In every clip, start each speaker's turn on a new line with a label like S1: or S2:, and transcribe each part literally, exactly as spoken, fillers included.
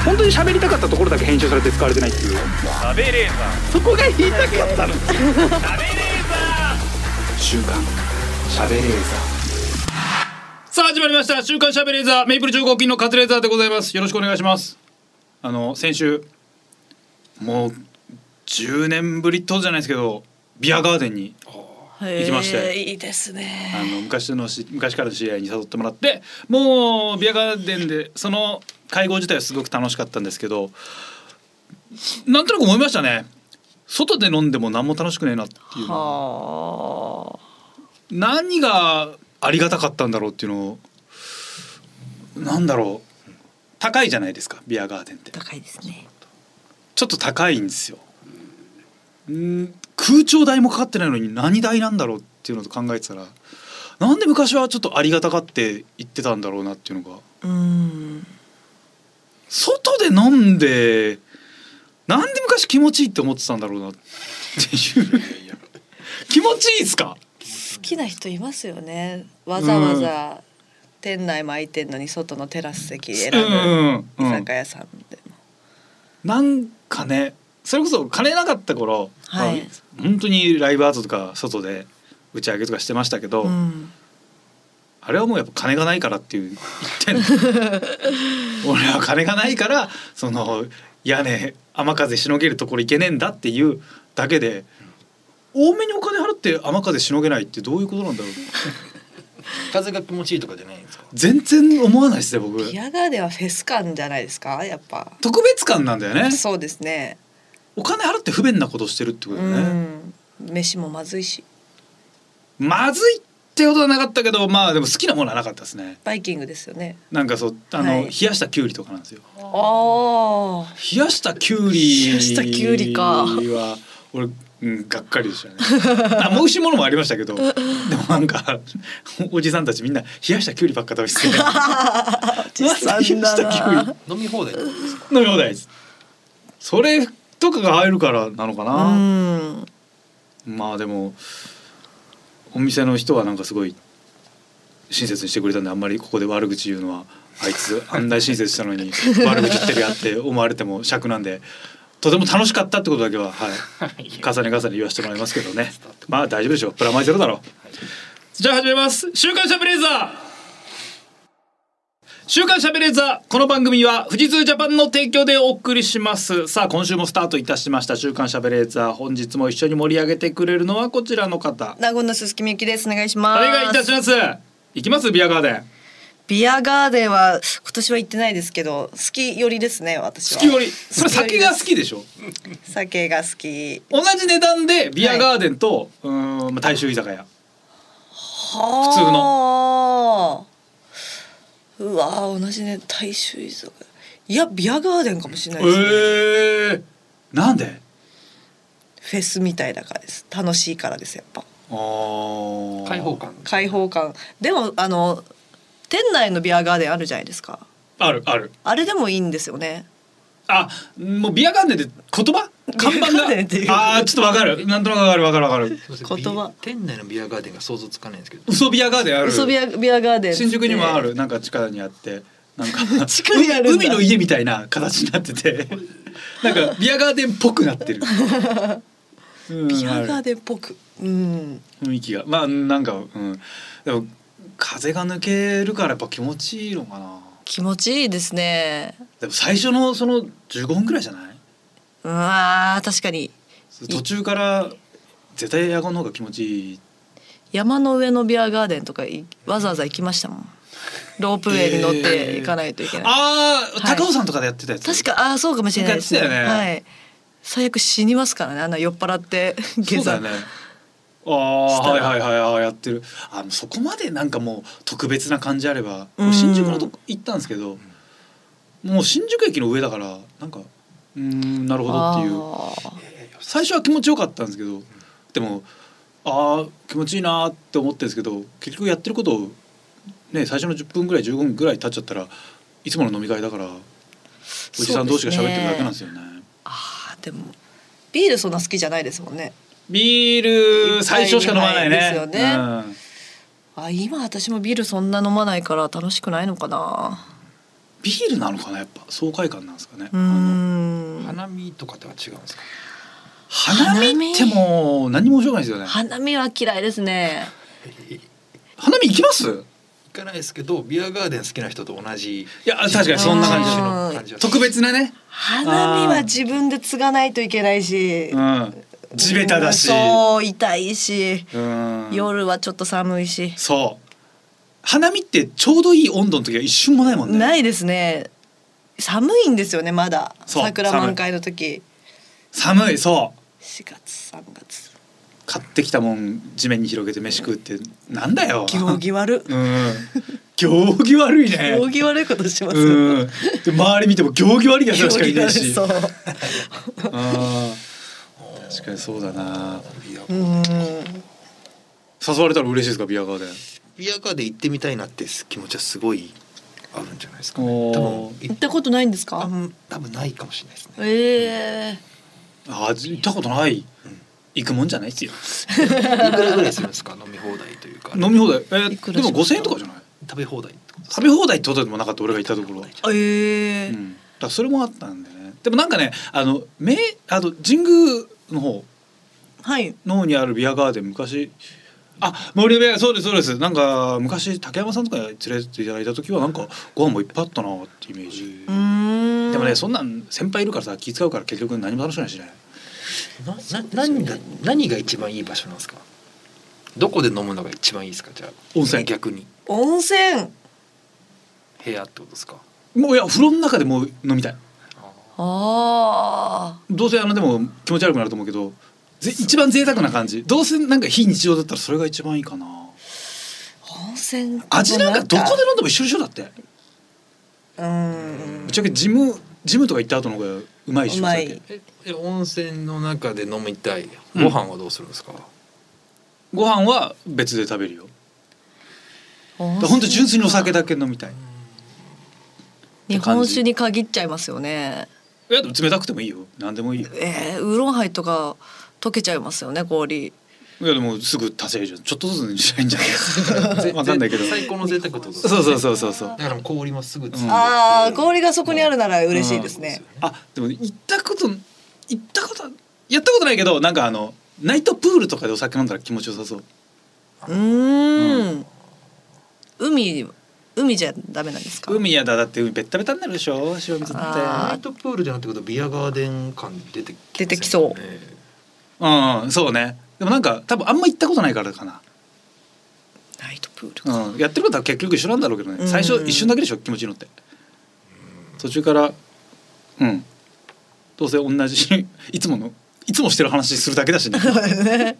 S1: 本当に喋りたかったところだけ編集されて使われてないっていう。
S2: 食べレーザー、
S1: そこが言いたかったの。
S2: 食べレーザ
S1: 週刊しゃべレーザー。
S3: さあ始まりました週刊しゃべレーザー、メイプル超合金のカズレーザーでございます。よろしくお願いします。あの先週もうじゅうねんぶりとじゃないですけどビアガーデンに行きまして、
S4: いいですね。
S3: あの昔のし昔からの知り合いに誘ってもらって、もうビアガーデンでその会合自体はすごく楽しかったんですけど、なんとなく思いましたね。外で飲んでも何も楽しくねえなっていうの。何がありがたかったんだろうっていうのを、なんだろう、高いじゃないですかビアガーデンって。
S4: 高いですね。
S3: ちょっと高いんですよ。ん空調代もかかってないのに何代なんだろうっていうのと考えてたら、なんで昔はちょっとありがたがって言ってたんだろうなっていうのが、
S4: うーん、
S3: 外で飲んでなんで昔気持ちいいって思ってたんだろうなっていう気持ちいいですか。
S4: 好きな人いますよね。わざわざ店内も空いてんのに外のテラス席選ぶ居酒屋さんでも、
S3: なんかね、それこそ金なかった頃、
S4: はい、
S3: まあ、本当にライブアートとか外で打ち上げとかしてましたけど、
S4: うん、
S3: あれはもうやっぱ金がないからっていう言ってんの俺は金がないからその屋根雨風しのげるところ行けねえんだっていうだけで、多めにお金払って雨風しのげないってどういうことなんだろう
S5: 風が気持ちいいとかじゃないんですか。
S3: 全然思わないですね僕。
S4: ビアガーデンはフェス感じゃないですか。やっぱ
S3: 特別感なんだよね。
S4: そうですね。
S3: お金払って不便なことしてるってことだよね。
S4: うん、飯もまずいし。
S3: まずいってことはなかったけど、まあでも好きなものはなかったですね。
S4: バイキングですよね。
S3: なんかそうあの、
S4: はい、
S3: 冷やしたきゅうりとかなんですよ。
S4: ああ、
S3: 冷やしたきゅうり
S4: 冷やしたきゅうりか
S3: は俺、うん、がっかりでしたね。あ、美味しいものもありましたけど、でもなんかおじさんたちみんな冷やしたきゅうりばっか食べてて
S4: おじさんだな。
S5: 飲み放題ですか。
S3: 飲み放題です。それとかが入るからなのかな。
S4: うん、
S3: まあでもお店の人はなんかすごい親切にしてくれたんで、あんまりここで悪口言うのは、あいつあんなに親切したのに悪口言ってるやって思われても尺なんで、とても楽しかったってことだけは、はい、重ね重ね言わせてもらいますけどね。まあ大丈夫でしょう、プラマイゼロだろう。じゃあ始めます。週刊しゃべレーザー。週刊しゃべレーザー、この番組は富士通ジャパンの提供でお送りします。さあ今週もスタートいたしました週刊しゃべレーザー、本日も一緒に盛り上げてくれるのはこちらの方。
S4: 名古屋の鈴木みゆきです。お願いします。
S3: お願いいたします。行きますビアガーデン。
S4: ビアガーデンは今年は行ってないですけど、好き寄りですね。私は
S3: 好き寄り。それ酒が好きでしょ。
S4: 酒が好き。
S3: 同じ値段でビアガーデンと、はい、うーん大衆居酒屋、普通の。
S4: うわー、同じね、大衆居酒屋。いやビアガーデンかもしれないですね。
S3: えー、なんで？
S4: フェスみたいだからです。楽しいからです。やっぱ
S3: あ、
S5: 開放感
S4: 開放感。でもあの店内のビアガーデンあるじゃないですか。
S3: あるある。
S4: あれでもいいんですよね。
S3: あ、もうビアガーデンで言葉看板があーちょっとわかる、なんとなくわかるわかるわかる。
S4: 言葉、
S5: 店内のビアガーデンが想像つかないんですけど、
S3: 嘘ビアガーデンある。
S4: 嘘ビア、ビアガーデン
S3: 新宿にもある。なんか地下にあって、なんか
S4: 地下にあるんだ。
S3: 海の家みたいな形になっててなんかビアガーデンっぽくなってるうん、
S4: ビアガーデンっぽく、うん、
S3: 雰囲気が、まあなんか、うん、でも風が抜けるからやっぱ気持ちいいのかな。
S4: 気持ちいいですね。
S3: でも最初のそのじゅうごふんくらいじゃない？
S4: うわー、確かに
S3: 途中から絶対エアコンの方が気持ちいい。
S4: 山の上のビアガーデンとかわざわざ行きましたもん。ロープウェイに乗って行かないといけない、
S3: えー、ああ、
S4: はい、
S3: 高尾山とかでやってたやつ。
S4: 確か、ああそうかもしれないですね。
S3: やってたよね。
S4: はい。最悪死にますからね、あんな酔っ払って
S3: そうだよね。ああ、はいはいはい、あやってる。あ、そこまでなんかもう特別な感じあれば、新宿のとこ行ったんですけど、もう新宿駅の上だからなんか、うーん、なるほどっていう。最初は気持ちよかったんですけど、でもああ気持ちいいなって思ってるんですけど、結局やってることをね、最初のじゅっぷんぐらいじゅうごふんぐらい経っちゃったらいつもの飲み会だから、おじさん同士が喋ってるだけなんですよね。
S4: あ、でもビールそんな好きじゃないですもんね。
S3: ビール最初しか飲まないね。
S4: ですよね。
S3: うん、
S4: あ、今私もビールそんな飲まないから楽しくないのかな。
S3: ビールなのかなやっぱ爽快感なんですかね。
S4: うーん
S5: 花見とかとは違うんですか。
S3: 花見ってもう何も面白くないですよね。
S4: 花見は嫌いですね。
S3: 花見行きます？
S5: 行かないですけどビアガーデン好きな人と同じ。
S3: いや確かにそんな感じ
S4: うん
S5: の感じは
S3: 特別なね、
S4: 花見は自分で継がないといけないし、
S3: うん、地べただし、
S4: そう痛いし、
S3: うん、
S4: 夜はちょっと寒いし、
S3: そう花見ってちょうどいい温度の時は一瞬もないもんね。
S4: ないですね。寒いんですよねまだ。
S3: そう
S4: 桜満開の時。
S3: 寒い。そう
S4: しがつさんがつ
S3: 買ってきたもん地面に広げて飯食うってなんだよ。
S4: 行儀悪
S3: うん行儀悪いね。
S4: 行儀悪いことしますよ、
S3: うんで周り見ても行儀悪いやつらしかいないし。
S4: そう
S3: あー確かにそうだな。
S5: ビア
S4: うん
S3: 誘われたら嬉しいですかビアガーデン。
S5: ビアガーデン行ってみたいなって気持ちはすごいあるんじゃないですかね。
S3: おー
S5: 多分
S4: 行ったことないんです
S5: あ
S4: か？
S5: ん多分ないかもしれないですね。
S4: ええ
S3: あー行ったことない、
S5: うん
S3: 行くもんじゃないですよ。
S5: いくらぐらいするんですか飲み放題というか。
S3: 飲み放題え
S4: いくらしますか
S3: でもごせんえんとかじゃない？
S5: 食べ放題ってことですか。
S3: 食べ放題ってことでもなかった俺が行ったところは。
S4: ええ
S3: うん、だからそれもあったんでね。でもなんかねあのめあの神宮の方
S4: はい。
S3: の方にあるビアガーデン昔あ森の部屋そうですそうです。なんか昔竹山さんとかに連れてっていただいた時はなんかご飯もいっぱいあったなってイメージ。
S4: うーん。
S3: でもねそんなん先輩いるからさ気使うから結局何も楽しくないしね。
S5: なな何が何が一番いい場所なんですか。どこで飲むのが一番いいですか。じゃあ
S3: 温泉
S5: 逆に
S4: 温泉。
S5: 部屋ってことですか。
S3: もういや風呂の中でもう飲みたい。
S4: ああ。
S3: どうせあのでも気持ち悪くなると思うけどぜ一番贅沢な感じ。どうせなんか非日常だったらそれが一番いいかな。
S4: 温泉。
S3: 味なんかどこで飲んでも一緒でしょだって。
S4: うーん。
S3: ぶっちゃけジムジムとか行った後の方がうまいし
S4: うまい
S3: お酒
S5: ええ温泉の中で飲みたい
S3: うん
S5: ご飯はどうするんですか。
S3: ご飯は別で食べるよ。
S4: 温泉
S3: ほんと純粋にお酒だけ飲みたい。
S4: 日本酒に限っちゃいますよね。
S3: いやでも冷たくてもいいよ。何でもいいよ。
S4: えー、ウーロンハイとか溶けちゃいますよね氷。
S3: いやでもすぐ足せるじゃん。ちょっとずつにしたらいいんじゃないわかんないけど。
S5: 最高の贅沢ってことですか。
S3: そうそうそうそうそう。
S5: だからもう氷もすぐついて、
S3: うん
S4: ああ氷がそこにあるなら嬉しいですね。
S3: あでも行ったこと行ったことやったことないけどなんかあのナイトプールとかでお酒飲んだら気持ちよさそう。
S4: うーん。海海じゃダメなんですか。
S3: 海やだだって海ベッタベタになるでしょ塩水って。
S4: あ
S5: ナイトプールでなってことはビアガーデン感出てきますよね
S4: 出てきそう
S3: うん、うん、そうね。でもなんか多分あんま行ったことないからかな。
S4: ナイトプールか。
S3: うん、やってることは結局一緒なんだろうけどね。
S4: うん
S3: 最初一瞬だけでしょ気持ちいいのって。途中からうんどうせ同じいつものいつもしてる話するだけだしね。だって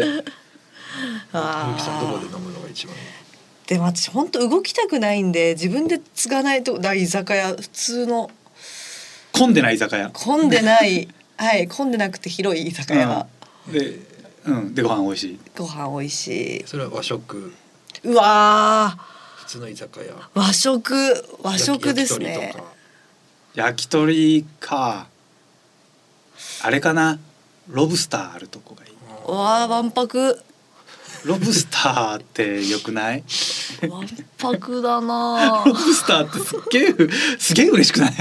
S4: あ
S5: ゆきさんどこで
S4: ー
S5: 飲むのが一番いい。
S4: でも私本当動きたくないんで自分で継がないとだ居酒屋普通の
S3: 混んでない居酒屋。
S4: 混んでないはい混んでなくて広い居酒屋、
S3: うん、で、うん、でご飯美味しい。
S4: ご飯美味し
S5: それは和食
S4: い。うわ
S5: 普通の居酒屋
S4: ー和食和食ですね。
S3: 焼き鳥か。あれかな。ロブスターあるとこがいい。
S4: うわーわんぱく
S3: ロブスターって良くない？
S4: わんぱくだな
S3: ロブスターってすっげえすげえ嬉しくない？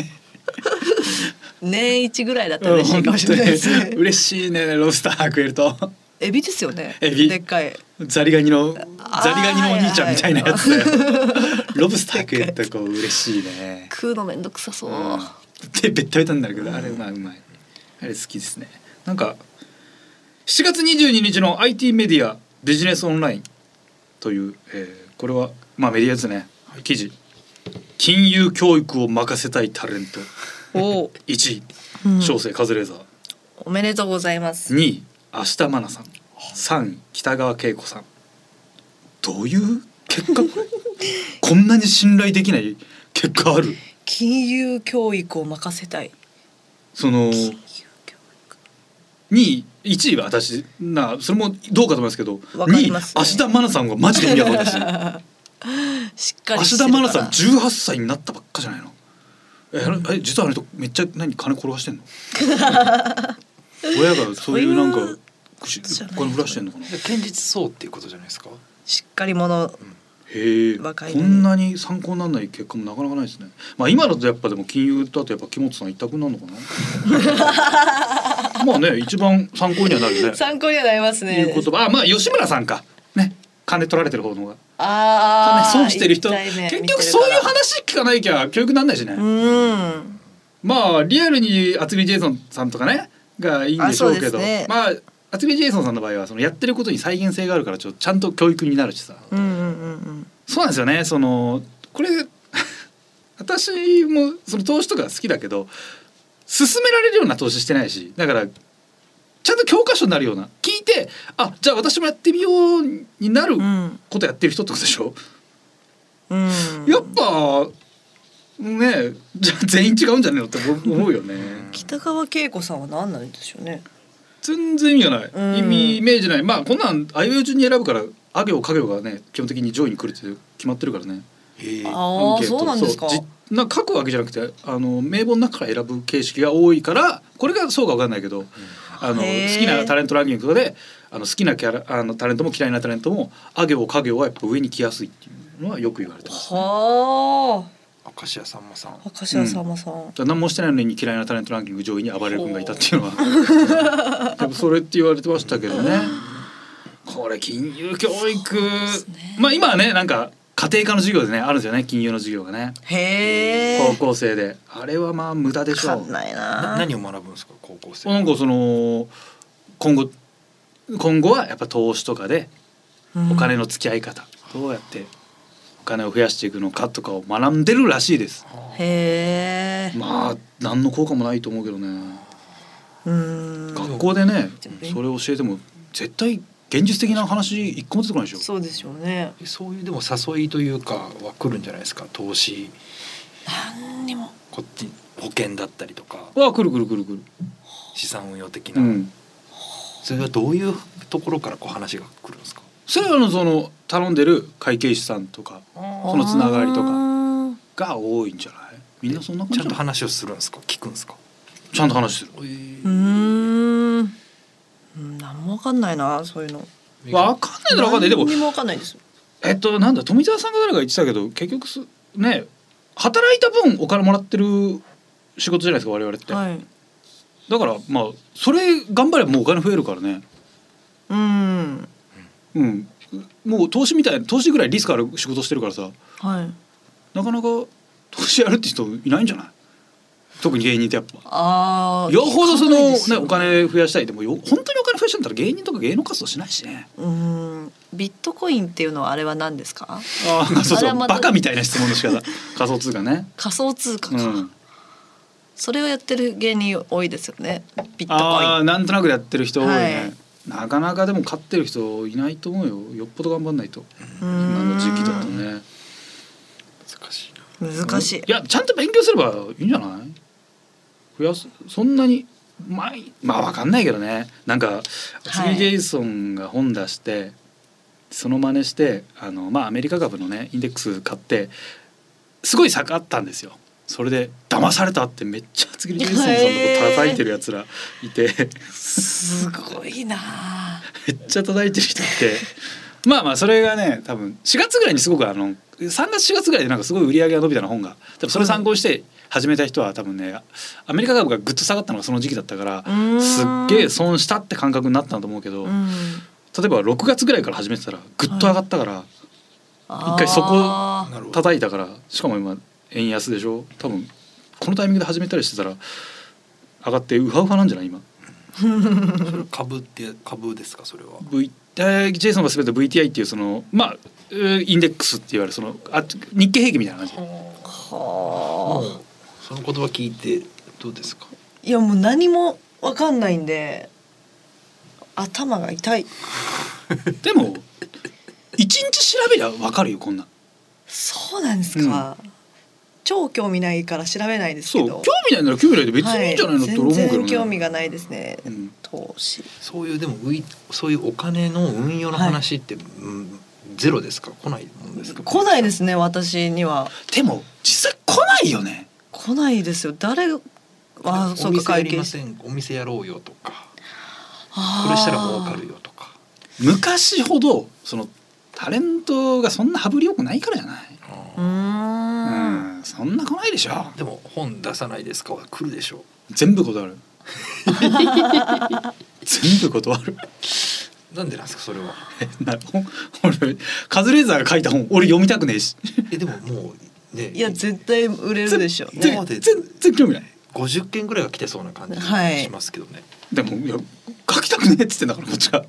S4: 年一ぐらいだったら嬉しいかもしれないですね。
S3: 嬉しいねロブスター食えると。
S4: エビですよね。
S3: エビ
S4: でっかい。
S3: ザリガニのザリガニのお兄ちゃんみたいなやつで、
S4: はいはい
S3: ロブスター食えたらこう嬉しいね。
S4: 食うのめんどくさそう。
S3: うんでベッタベタになるけどあれまあうまい。あれ好きですね。なんかしちがつにじゅうににちの アイティー メディアビジネスオンラインという、えー、これはまあメディアですね。記事金融教育を任せたいタレント
S4: お
S3: いちい
S4: うん
S3: 小生カズレーザー、
S4: おめでとうございます。
S3: にい芦田愛菜さん、さんい北川景子さん。どういう結果これこんなに信頼できない結果ある。
S4: 金融教育を任せたい。
S3: その
S4: 金融教
S3: にいいちいは私なそれもどうかと思いますけど、
S4: わかりますね
S3: にい芦田愛菜さんがマジで意味わかんないです
S4: 育。しっかりし
S3: 芦
S4: てるから。
S3: 田愛菜さんじゅうはっさいになったばっかじゃないの。えあれえ実はあの人めっちゃ何金転がしてんの親がそういうなんかし
S4: じゃない
S3: お金降らしてんのかな。
S5: 堅実そうっていうことじゃないですか。
S4: しっかり者。
S3: へえ、
S4: 若い
S3: こんなに参考にならない結果もなかなかないですね。まあ今だとやっぱでも金融だとやっぱ木本さん一択になるのかな。まあね一番参考にはなるね。
S4: 参考にはなりますね。
S3: いう言葉、あまあ吉村さんかね、金取られてる方の方が
S4: ああ、
S3: 金損してる人、
S4: 一体ね
S3: 結局そういう話聞かないきゃ教育なんないしね。
S4: うん。
S3: まあリアルに厚切りジェイソンさんとかねがいいんでしょうけど、
S4: あそうですね
S3: まあ厚切りジェイソンさんの場合はそのやってることに再現性があるからちょっとちゃんと教育になるしさ。
S4: うんうんうんうん。
S3: そうなんですよね。そのこれ私もその投資とか好きだけど勧められるような投資してないし、だからちゃんと教科書になるような聞いて、あじゃあ私もやってみようになる
S4: うん
S3: ことやってる人ってことでしょ。
S4: うん。
S3: やっぱねじゃあ全員違うんじゃねえのって思うよね。
S4: 北川景子さんは何なんでしょうね。
S3: 全然意味がない、
S4: うん
S3: 意味イメージない。まあこんなんあいうえお順に選ぶからあ行か行がね基本的に上位に来るって決まってるからね。
S5: へえ。
S4: ああ、
S3: アンケート
S4: そうなんですか。
S3: そうじなんか書くわけじゃなくてあの名簿の中から選ぶ形式が多いからこれがそうか分かんないけど、あの好
S4: へー
S3: きなタレントランキングとかであの好きなキャラあのタレントも嫌いなタレントもあ行か行はやっぱ上に来やすいっていうのはよく言われてます、ね。
S4: は
S5: 明石家さんまさん。
S4: あ。明石家さんまさん。
S3: だから何もしてないのに嫌いなタレントランキング上位に暴れる君がいたっていうのは多分それって言われてましたけどね。これ金融教育、
S4: ね、
S3: まあ今はねなんか家庭科の授業でねあるんですよね、金融の授業がね
S4: へえ。
S3: 高校生で。あれはまあ無駄でしょう。
S4: わかんない
S5: な
S4: な。
S5: 何を学ぶんですか高校生。
S3: なんかその今後今後はやっぱ投資とかでお金の付き合い方、どうやってお金を増やしていくのかとかを学んでるらしいです。
S4: へえ。
S3: まあ何の効果もないと思うけどね。
S4: うん。
S3: 学校でね
S4: うん
S3: それを教えても絶対現実的な話一個も出てこないでしょ。
S4: そうでしょうね。
S5: そういうでも誘いというかは来るんじゃないですか。投資
S4: 何にも。
S5: こっち保険だったりとか
S3: わあ来る来る来る来る。
S5: 資産運用的な、
S3: うん。
S5: それはどういうところからこう話が来るんですか。
S3: それはあのその頼んでる会計士さんとかそのつながりとか
S4: か。
S3: が多いんじゃない。みんなそんな感じ
S5: ちゃんと
S3: じゃない。
S5: 話をするんですか。聞くんですか。
S3: ちゃんと話する。
S4: うーん。うん何もわかんないなそういうの。
S3: わかんないならわかんない。でも
S4: 何にもわかんないです。
S3: えっとなんだ富澤さんが誰か言ってたけど結局すね働いた分お金もらってる仕事じゃないですか我々って、
S4: はい。
S3: だからまあそれ頑張ればもうお金増えるからね。
S4: うん。
S3: うんもう投資みたいな投資ぐらいリスクある仕事してるからさ
S4: はい。
S3: なかなか投資やるって人いないんじゃない。特に芸人ってやっぱ
S4: ああ。
S3: よほどそのね
S4: 聞かないですよ
S3: お金増やしたいでもよ本当にお金増やしたんだったら芸人とか芸能活動しないしね。
S4: うん。ビットコインっていうのはあれは何ですか？
S3: ああそうそう
S4: あれはまた
S3: バカみたいな質問の仕方仮想通貨ね。
S4: 仮想通貨か。
S3: うん
S4: それをやってる芸人多いですよね。ビットコイン。
S3: ああなんとなくやってる人多いね、
S4: はい
S3: なかなかでも勝ってる人いないと思うよ。よっぽど頑張んないと
S4: う
S3: 今
S4: ーん
S3: の時期だとね。
S5: 難しいな。
S4: 難しい。
S3: いやちゃんと勉強すればいいんじゃない。増やすそんなにまあまあわかんないけどね。なんか厚切りジェイソンが本出して、その真似してあのまあアメリカ株のねインデックス買ってすごい下がったんですよ。それで騙されたってめっちゃ厚切りジェイソンさんのこと叩いてるやつらいて
S4: すごいな。
S3: めっちゃ叩いてる人ってまあまあそれがね多分しがつぐらいにすごくあのさんがつしがつぐらいでなんかすごい売り上げが伸びたの本が多分それ参考にして始めた人は多分ねアメリカ株がぐっと下がったのがその時期だったからすっげえ損したって感覚になったんだと思うけど、
S4: うん。
S3: 例えばろくがつぐらいから始めてたらぐっと上がったから
S4: あー
S3: 一回そこ
S5: なるほど。
S3: 叩いたからしかも今円安でしょ。多分このタイミングで始めたりしてたら上がってウハウハなんじゃない今。
S5: それ株って株ですかそれは。
S3: V えージェイソンが全て ブイティーアイ っていうそのまあえーインデックスって言われるそのあ日経平均みたいな感じ。
S4: は
S5: もうその言葉聞いてどうですか。
S4: あ。いやもう何もわかんないんで頭が痛い。
S3: でも一日調べりゃ分かるよこんなん。
S4: そうなんですか。超興味ないから調べないですけど。
S3: そう興味ないなら興味ないで別にいいんじゃないのって俺思うけどね。
S4: 全然興味がないですね。
S3: うん
S4: 投資。
S5: そういうでもういそういうお金の運用の話って、うんゼロですか来ないもんですか。
S4: 来ないですね私には。
S3: でも実際来ないよね。
S4: 来ないですよ。誰があそうか
S5: お店やりま
S4: 会計士。
S5: せんお店やろうよとか
S4: あー
S5: これしたら儲かるよとか。
S3: 昔ほどそのタレントがそんな羽振りよくないからじゃない。
S4: うーん
S3: うん、そんな来ないでしょ。
S5: でも本出さないですかは来るでしょ
S3: 全部断る全部断る
S5: う。なんでなんですかそれは。
S3: な本俺カズレーザーが書いた本俺読みたくねえし
S5: えでももうね
S4: いや絶対売れるでしょう
S3: 全
S4: ね。
S3: 然全然興味ない。
S5: ごじゅっけんぐらいは来てそうな感じ
S4: はい
S5: しますけどね。
S3: でもいや書きたくねえっつってんだからこっちは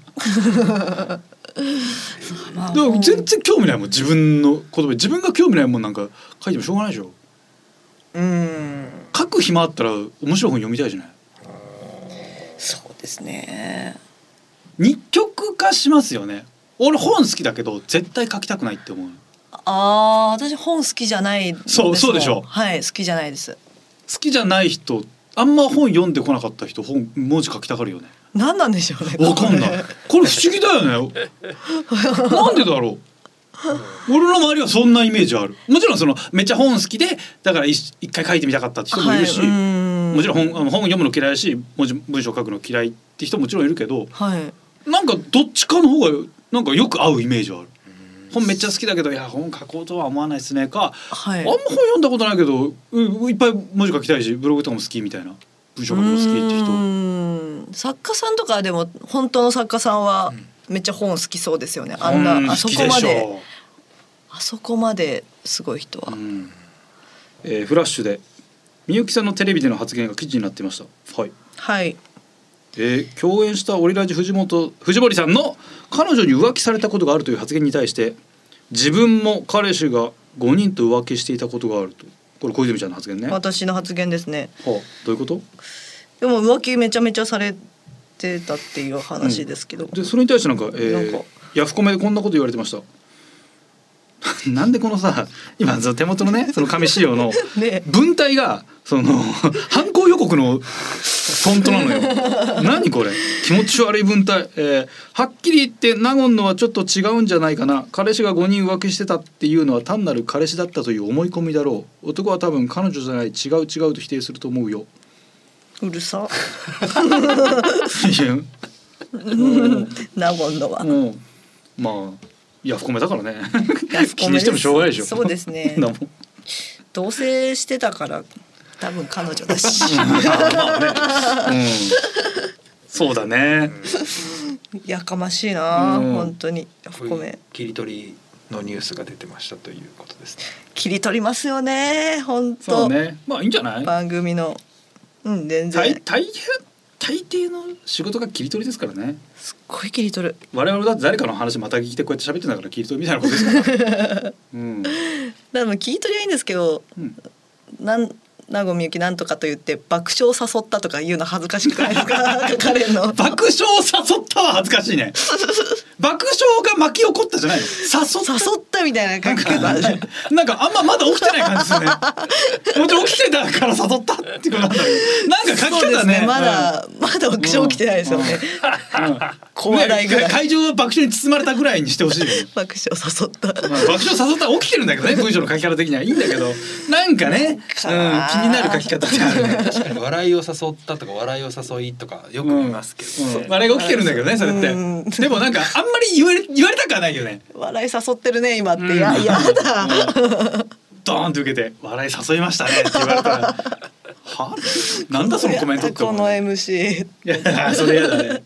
S4: まあ
S3: でも全然興味ないもん自分の言葉自分が興味ないもんなんか書いてもしょうがないでしょ。
S4: うん
S3: 書く暇あったら面白い本読みたいじゃない。
S4: そうですね。
S3: 二極化しますよね。俺本好きだけど絶対書きたくないって思う。
S4: ああ私本好きじゃないです。
S3: そうそうでしょ。
S4: はい好きじゃないです。
S3: 好きじゃない人あんま本読んでこなかった人本文字書きたがるよね。
S4: 何なんでしょうね。
S3: わかんない。これ不思議だよね。なんでだろう。俺の周りはそんなイメージある。もちろんそのめっちゃ本好きでだから一一回書いてみたかったって人もいるし、
S4: はい、うん
S3: もちろん本あの本読むの嫌いだし文字文章書くの嫌いって人ももちろんいるけど、
S4: はい
S3: なんかどっちかの方がなんかよく合うイメージはある。本めっちゃ好きだけどいや本書こうとは思わないですねか、
S4: はい
S3: あんま本読んだことないけどういっぱい文字書きたいしブログとかも好きみたいな文章書くの好きって人。
S4: うん作家さんとかでも本当の作家さんはめっちゃ本好きそうですよね。あん
S3: うん
S4: なあそこ
S3: 好きでしょ
S4: まであそこまですごい人は。
S3: うんえーフラッシュでみゆきさんのテレビでの発言が記事になっていました。はい。
S4: はい
S3: えー共演したオリラジ藤本藤森さんの彼女に浮気されたことがあるという発言に対して自分も彼氏がごにんと浮気していたことがあると。これ小泉ちゃんの発言ね。はあ、
S4: 私の発言ですね。
S3: どういうこと？
S4: でも浮気めちゃめちゃされてたっていう話ですけど、
S3: でそれに対してなんか、えー、
S4: なんか
S3: ヤフコメでこんなこと言われてました。なんでこのさ今その手元のねその紙資料の
S4: ね
S3: 文体がその犯行予告のフォントなのよ。何これ気持ち悪い文体、えー、はっきり言って納言のはちょっと違うんじゃないかな。彼氏がごにん浮気してたっていうのは単なる彼氏だったという思い込みだろう。男は多分彼女じゃない違う違うと否定すると思うよ。
S4: うるさ
S3: いや
S4: 納言のは
S3: もうまあヤフコメだからね
S4: ヤフコメです
S3: 気にしてもしょうがないでしょ。
S4: そうですね
S3: なもん
S4: 同棲してたから多分彼女だし
S3: まあね、うん、そうだね。
S4: やかましいな、
S3: うん
S4: 本当にヤフコメ
S5: 切り取りのニュースが出てましたということですね。
S4: 切り取りますよね本当、
S3: そうね。まあいいんじゃない。
S4: 番組のうん全
S3: 大
S4: 然
S3: 大変大抵の仕事が切り取りですからね。
S4: すっごい切り取る。
S3: 我々だって誰かの話また聞いてこうやって喋ってんだから切り取りみたいなことですから。うん。
S4: でも切り取りはいいんですけど、
S3: うん
S4: なん名古みゆきなんとかと言って爆笑を誘ったとか言うの恥ずかしくないですか書かれるの。
S3: 爆笑を誘ったは恥ずかしいね。爆笑が巻き起こったじゃないの。誘った。
S4: 誘ったみたいな書き方ある。
S3: なんかあんままだ起きてない感じですよね。もちろん起きてたから誘ったってことなんだけど、なんか書き
S4: そうです
S3: 方ね。
S4: ねまだ、まだ爆笑起きてないですよね。
S3: うん
S4: 小笑いぐらい
S3: ね会場は爆笑に包まれたぐらいにしてほしいよね。
S4: 爆笑誘った。
S3: まあ、爆笑誘ったら起きてるんだけどね文章の書き方的にはいいんだけどなんかね、うん、気になる書き方ってあるね。
S5: 確かに笑いを誘ったとか笑いを誘いとかよく見ますけど、
S3: うん、あれが起きてるんだけどねそれって
S4: うん
S3: でもなんかあんまり言われ言われたくはないよね。
S4: 笑い誘ってるね今って、
S3: うん
S4: いややだ、
S3: うんドーンと受けて笑い誘いましたねって言われたらはなんだそのコメントって思う。
S4: この エムシー
S3: いやそれやだね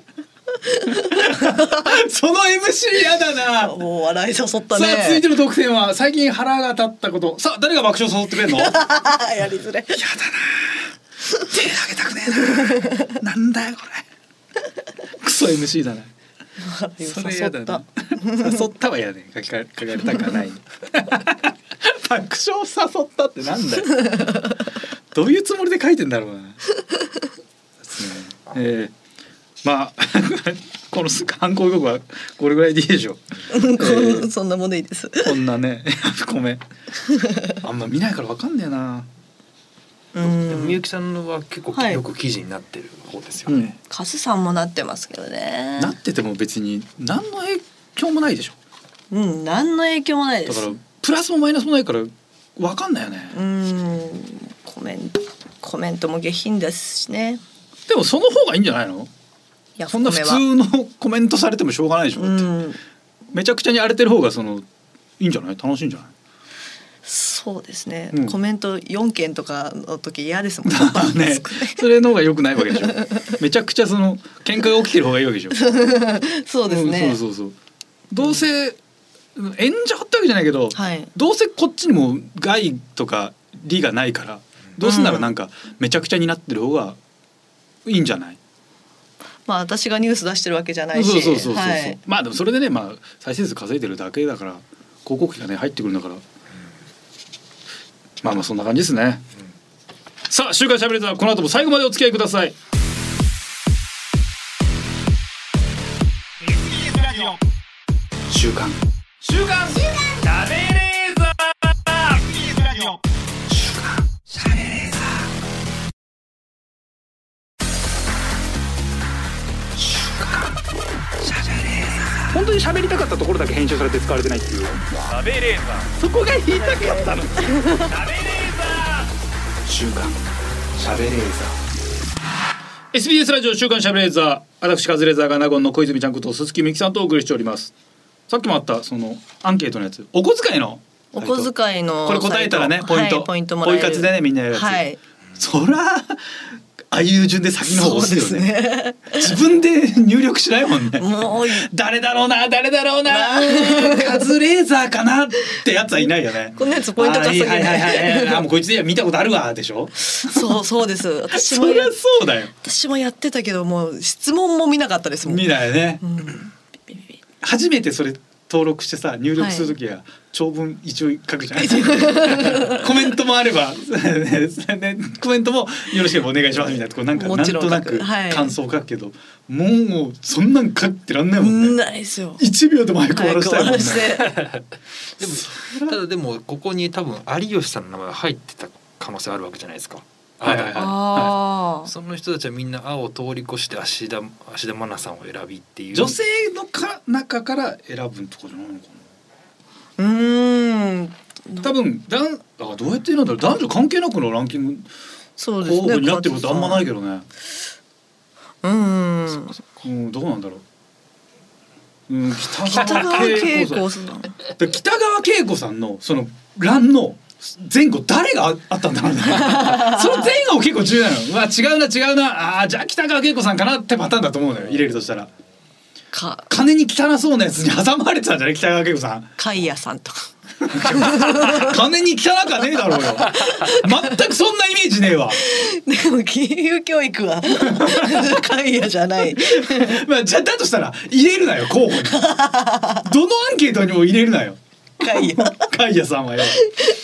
S3: その エムシー やだな。
S4: もう笑い誘った
S3: さ
S4: ね。
S3: あ続いての特典は最近腹が立ったこと。さあ誰が爆笑誘ってくれんのやだな
S4: やりづらい。
S3: 手挙げたくねえななんだよこれクソ エムシー だな。
S4: 笑いを
S3: それ
S4: 誘った
S3: やだな。誘ったはやね書きか書かれたくはない爆笑誘ったってなんだよどういうつもりで書いてんだろうなですね。えー、まあこの犯行予告はこれぐらいでいいでしょう、えー、
S4: そんなものでいいです。
S3: こんなねごめんあんま見ないからわかんねえな。
S4: うん
S5: でもみゆきさんのは結構
S4: はい
S5: よく記事になってる方ですよね。
S4: カスさんもなってますけどね。
S3: なってても別に何の影響もないでしょ。
S4: うん何の影響もないです。
S3: だからプラスもマイナスもないからわかんないよね。
S4: うんコメントコメントも下品ですしね。
S3: でもその方がいいんじゃないの。
S4: いや
S3: そんな普通のコメントされてもしょうがないでしょ。
S4: うん
S3: めちゃくちゃに荒れてる方がそのいいんじゃない？楽しいんじゃない？
S4: そうですね、
S3: うん
S4: コメントよんけんとかの時嫌ですもん
S3: ね、それの方が良くないわけでしょ。めちゃくちゃその喧嘩が起きてる方がいいわけでしょ。
S4: そうですね、
S3: うん、そうそうそう。どうせ演者張ったわけじゃないけど、
S4: はい、
S3: どうせこっちにも害とか利がないから、どうせならなんかめちゃくちゃになってる方がいいんじゃない？
S4: まあ私がニュース出してるわけじゃないし、
S3: そうそうそうそうそう、
S4: はい、
S3: まあでもそれでね、まあ再生数稼いでるだけだから、広告費がね入ってくるんだから、まあまあそんな感じですね。うん、さあ週刊しゃべれーザー、この後も最後までお付き合いください。
S1: 週刊
S2: 週刊しゃべれーザー。
S1: 週刊しゃべれーザー週刊しゃべれーザー。
S3: 本当に喋りたかったところだけ編集されて使われてないっていう、
S2: しゃべれーザー。
S3: そこが言いたかったの。
S2: しゃべれーザ
S1: 週刊しゃべれーザー。
S3: エスビーエス ラジオ週刊しゃべれーザー、私カズレーザーが納言の小泉ちゃんこと鈴木美希さんとお送りしております。さっきもあったそのアンケートのやつ、お小遣いの
S4: お小遣いの
S3: これ答えたらねポイント、
S4: はい、ポイントもらえる、
S3: ポイ活でねみんなやるやつ、
S4: はい、
S3: そらああいう順で先の方押すよね。
S4: ね
S3: 自分で入力しないもんね。
S4: もう
S3: 誰だろうな誰だろうなカズレーザーかなってやつはいないよね。
S4: このやつポイント稼げない。
S3: はいはいはいはい、あもうこいつで見たことあるわでしょ。
S4: そうそうです。私も
S3: そりゃそうだよ。
S4: 私もやってたけどもう質問も見なかったですもん。
S3: 見ないね、
S4: うん、
S3: 初めてそれ登録してさ入力するときは長文一応書くじゃない、コメントもあればコメントもよろしければお願いしますみたいな、こうなんかなんとなく感想を書くけど、もうそんなん書ってらんないもんね。
S4: ないですよ。
S3: 一秒でも早く終わらせたいもんね。
S5: でもただでもここに多分有吉さんの名前が入ってた可能性あるわけじゃないですか。
S3: はいはいはい、
S4: あ
S5: その人たちはみんな青を通り越して芦田芦田愛菜さんを選びっていう
S3: 女性のか中から選ぶとかじゃないのか
S4: うーん
S3: な。多分だんあどうやってなんだろう、男女関係なくのランキング
S4: そうですね、
S3: 候補になってることあんまないけどね。
S4: うーん
S3: うん、どうなんだろう。うん、北
S4: 北川景子
S3: さん。
S4: さん
S3: で北川景子さんのその欄の前後誰がああったんだろうね。その前後結構重要なの。うわ違うな違うな、あじゃあ北川景子さんかなってパターンだと思うのよ、入れるとしたら。
S4: か
S3: 金に汚そうなやつに挟まれてたんじゃない北川景子さん。
S4: 貝屋さんとか
S3: 金に汚かねえだろうよ。全くそんなイメージねえわ。
S4: でも金融教育は貝屋じゃない。
S3: まあじゃあだとしたら入れるなよ候補に。どのアンケートにも入れるなよ。
S4: 貝屋
S3: 貝屋さんはよ。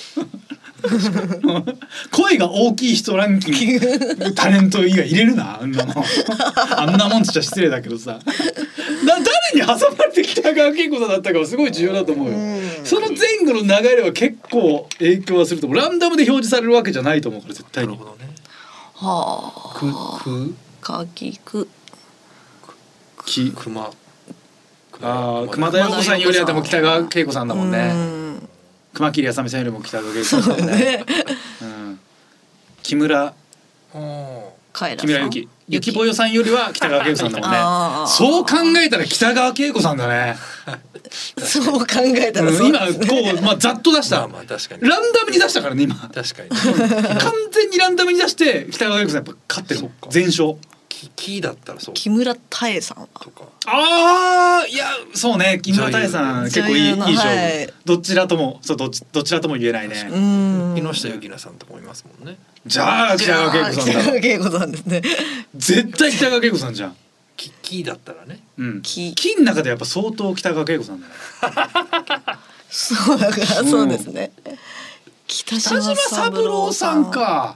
S3: 声が大きい人ランキングタレント以外入れるな、あんなもん。あんなもんつっちゃ失礼だけどさ、だ誰に挟まれて北川景子さんだったかはすごい重要だと思うよ。その前後の流れは結構影響はすると思う。ランダムで表示されるわけじゃないと思うから絶対に。
S5: なるほどね。
S4: はあ
S5: くく
S4: かきく
S3: き
S5: 熊
S3: ああ熊田曜子さんよりはでも北川景子さんだもんね。熊切あさみさんよりも北川景子さんだもんね。うん、木村木村ゆきゆきぽよさんよりは北川景子さんだもんね。そう考えたら北川景子さんだね。
S4: そう考えたら
S3: そう、うん、今こう、まあ、ざっと出した、
S5: まあまあ確かに
S3: ランダムに出したからね今。
S5: 確かに
S3: 完全にランダムに出して北川景子さんやっぱ勝ってる全勝。
S5: 木だったらそう
S4: 木村多江さんは
S5: とか
S3: ああいやそうね木村多江さん結構いいいい勝負、
S4: はい、
S3: どちらともそう ど, どちらとも言えないね。
S4: うん
S5: 木下ゆきなさんとかもいますもんね。
S3: じゃあ北川景子さんだ。
S4: 北川景子さんですね。
S3: 絶対北川景子さんじゃん。
S5: 木木だったらね。
S3: うん
S4: 木
S3: 木の中でやっぱ相当北川景子さんだね。
S4: そうだからそうですね。北
S3: 島三郎さんか。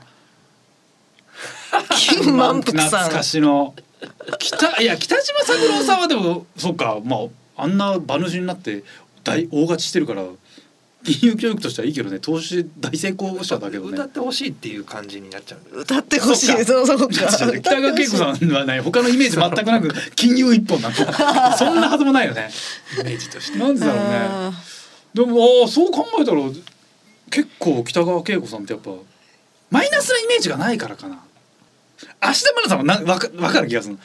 S4: 金満腹さん
S3: 懐かしの北いや北島三郎さんはでもそうか、まああんな馬主になって大大勝ちしてるから金融教育としてはいいけどね、投資大成功者だけどね。
S5: 歌ってほしいっていう感じになっちゃう。
S4: 歌ってほしい。そうそうか。
S3: 北川景子さんはね他のイメージ全くなく金融一本なの。そんなはずもないよね。
S5: イメージとして。
S3: なんでだろうね。でもあそう考えたら結構北川景子さんってやっぱマイナスなイメージがないからかな。芦田愛菜さんはなわか分かる気がする。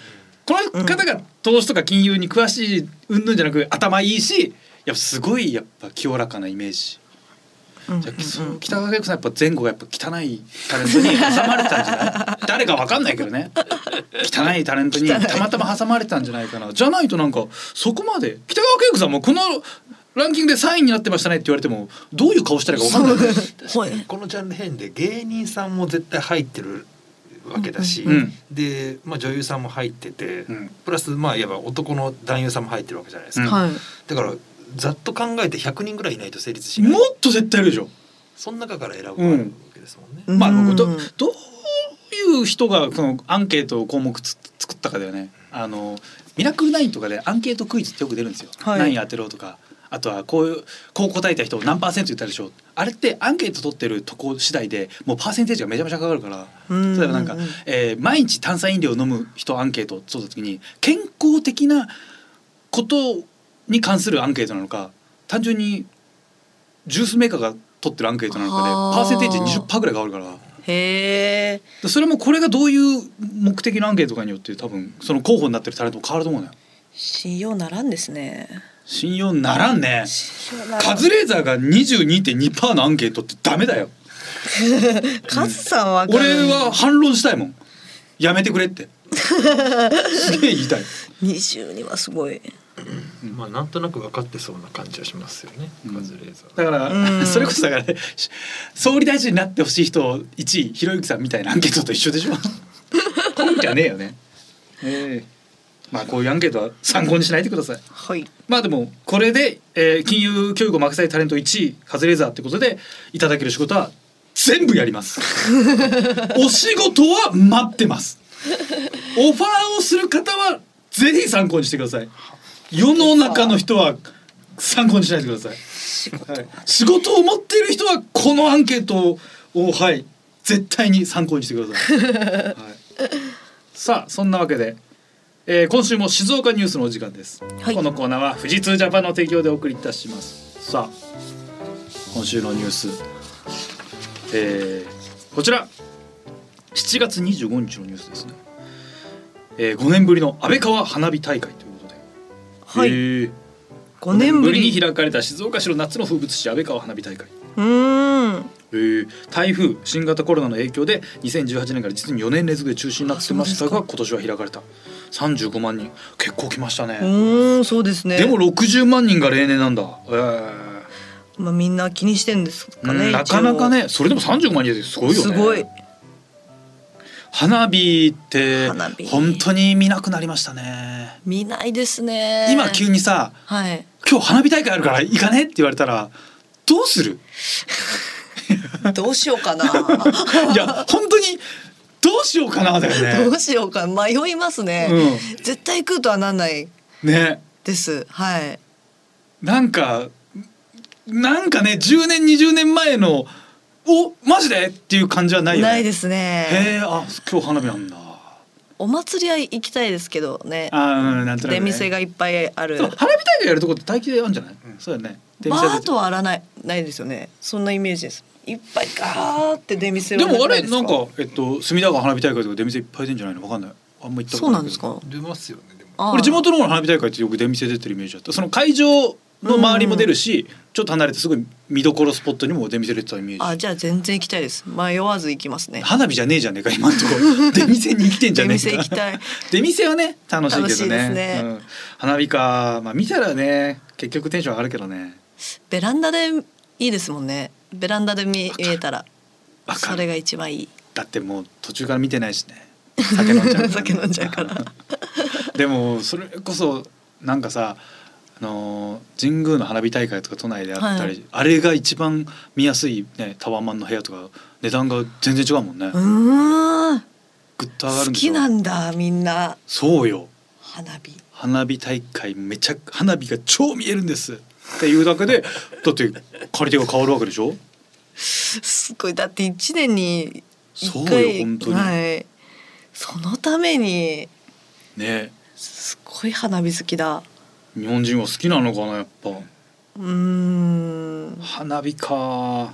S3: この方が投資とか金融に詳しいうんぬんじゃなく頭いいし、やっぱすごいやっぱ清らかなイメージ。じゃあそう北川景子さんやっぱ前後がやっぱ汚いタレントに挟まれたんじゃない誰かわかんないけどね、汚いタレントにたまたま挟まれたんじゃないかな。じゃないとなんかそこまで北川景子さんもこのランキングでさんいになってましたねって言われてもどういう顔したらいいかわかんない
S5: このジャンル変で芸人さんも絶対入ってるわけだし、
S3: うん、
S5: で、まあ、女優さんも入ってて、うん、プラスまあいわば男の男優さんも入ってるわけじゃないですか、うん、だからざっと考えてひゃくにんぐらいいないと成立しない。
S3: もっと絶対いるでしょ。
S5: その中から選ぶわけですもんね、
S3: うん、まあどどういう人がそのアンケート項目つ作ったかだよね。あのミラクルナインとかでアンケートクイズってよく出るんですよ、はい、何当てろとか、あとはこういうこう答えた人何パーセント言ったでしょう。あれってアンケート取ってるとこ次第でもうパーセンテージがめちゃめちゃかかるから、例えばなんか、えー、毎日炭酸飲料を飲む人アンケートを取った時に健康的なことに関するアンケートなのか、単純にジュースメーカーが取ってるアンケートなのかでパーセンテージ にじゅっパーセント ぐらい変わるから。
S4: へー。
S3: それもこれがどういう目的のアンケートかによって多分その候補になってるタレントも変わると思うのよ。
S4: 信用ならんですね。
S3: 信用ならんね。カズレーザーが にじゅうにてんにパーセント のアンケートってダメだよ
S4: カズさんは、
S3: うん、俺は反論したいもん。やめてくれってすげえ言いたい。
S4: にじゅうにはすごい、
S5: うん、まあなんとなく分かってそうな感じはしますよね、うん、カズレーザー
S3: だから、うん、それこそだから、ね、総理大臣になってほしい人いちいひろゆきさんみたいなアンケートと一緒でしょ本じゃねえよね、えー、まあこういうアンケートは参考にしないでください。
S4: はい。
S3: まあでもこれで、えー、金融教育を任せたいタレントいちいカズレーザーってことでいただける仕事は全部やりますお仕事は待ってます。オファーをする方はぜひ参考にしてください。世の中の人は参考にしないでください。仕事、はい、仕事を持っている人はこのアンケートを、はい、絶対に参考にしてください、はい、さあそんなわけで、えー、今週も静岡ニュースのお時間です、はい、このコーナーは富士通ジャパンの提供でお送りいたします。さあ今週のニュース、えー、こちらしちがつにじゅうごにちのニュースですね、えー、ごねんぶりの安倍川花火大会ということで、
S4: はい、
S3: えー、
S4: ごねんぶり
S3: に開かれた静岡市の夏の風物詩安倍川花火大会。
S4: うーん、
S3: えー、台風新型コロナの影響でにせんじゅうはちねんから実によねん連続で中止になってましたが今年は開かれた。さんじゅうごまんにん、結構来ましたね。
S4: うーん、そうですね。
S3: でもろくじゅうまんにんが例年なんだ、えー
S4: まあ、みんな気にしてんですかね、
S3: うん、なかなかね。それでもさんじゅうごまんにんってすごいよね。
S4: すごい。
S3: 花火って本当に見なくなりましたね。
S4: 見ないですね。
S3: 今急にさ、はい、今日花火大会あるから行かねって言われたらどうする
S4: どうしようかな
S3: いや本当にどうしようかなだよね。
S4: どうしようか迷いますね、うん、絶対行くとはなんないです、ね、はい。なんか
S3: なんかねじゅうねんにじゅうねんまえのおマジでっていう感じはないよね。
S4: ないですね。
S3: へえ、あ今日花火なんだ。
S4: お祭りは行きたいですけどね。
S3: あ、うん、なんとなくね。
S4: 出店がいっぱいある。
S3: 花火大会やるとこって大気であるんじゃない？うん、そうだね。
S4: バーとはあらないないですよね。そんなイメージです。いっぱいガーって出店は
S3: でもあれなんかえっと隅田川花火大会とか出店いっぱい出るんじゃないの？わかんない。あんま行ったことないけど。
S4: そうなんですか。
S5: 出ますよね。でも
S3: これ地元の花火大会ってよく出店出てるイメージだった。その会場の周りも出るし、うん、ちょっと離れてすごい見どころスポットにも出店出てたイメージ。
S4: あ、じゃあ全然行きたいです。迷わず行きますね。
S3: 花火じゃねえじゃねえか今のところ出店に来てんじゃねえか。
S4: 出店行きたい。
S3: 出店はね楽しいけどね。楽しいです
S4: ね、
S3: うん、花火か、まあ見たらね結局テンション上がるけどね。
S4: ベランダでいいですもんね。ベランダで見えたらそれが一番いい。
S3: だってもう途中から見てないしね。酒飲んじゃうから、ね、
S4: 酒飲んじゃうから
S3: でもそれこそなんかさあのー、神宮の花火大会とか都内であったり、はい、あれが一番見やすい、ね、タワーマンの部屋とか値段が全然違うもんね。
S4: うーん、
S3: ぐっと上がるんでしょ。
S4: 好きなんだみんな。
S3: そうよ。
S4: 花火
S3: 花火大会めちゃ花火が超見えるんですっていうだけでだって借り手が変わるわけでしょ。
S4: すごい。だって一年に一回。
S3: そうよ本当に、
S4: はい、そのために
S3: ね。
S4: すごい花火好きだ。
S3: 日本人は好きなのかなやっぱ。う
S4: ーん、
S3: 花火か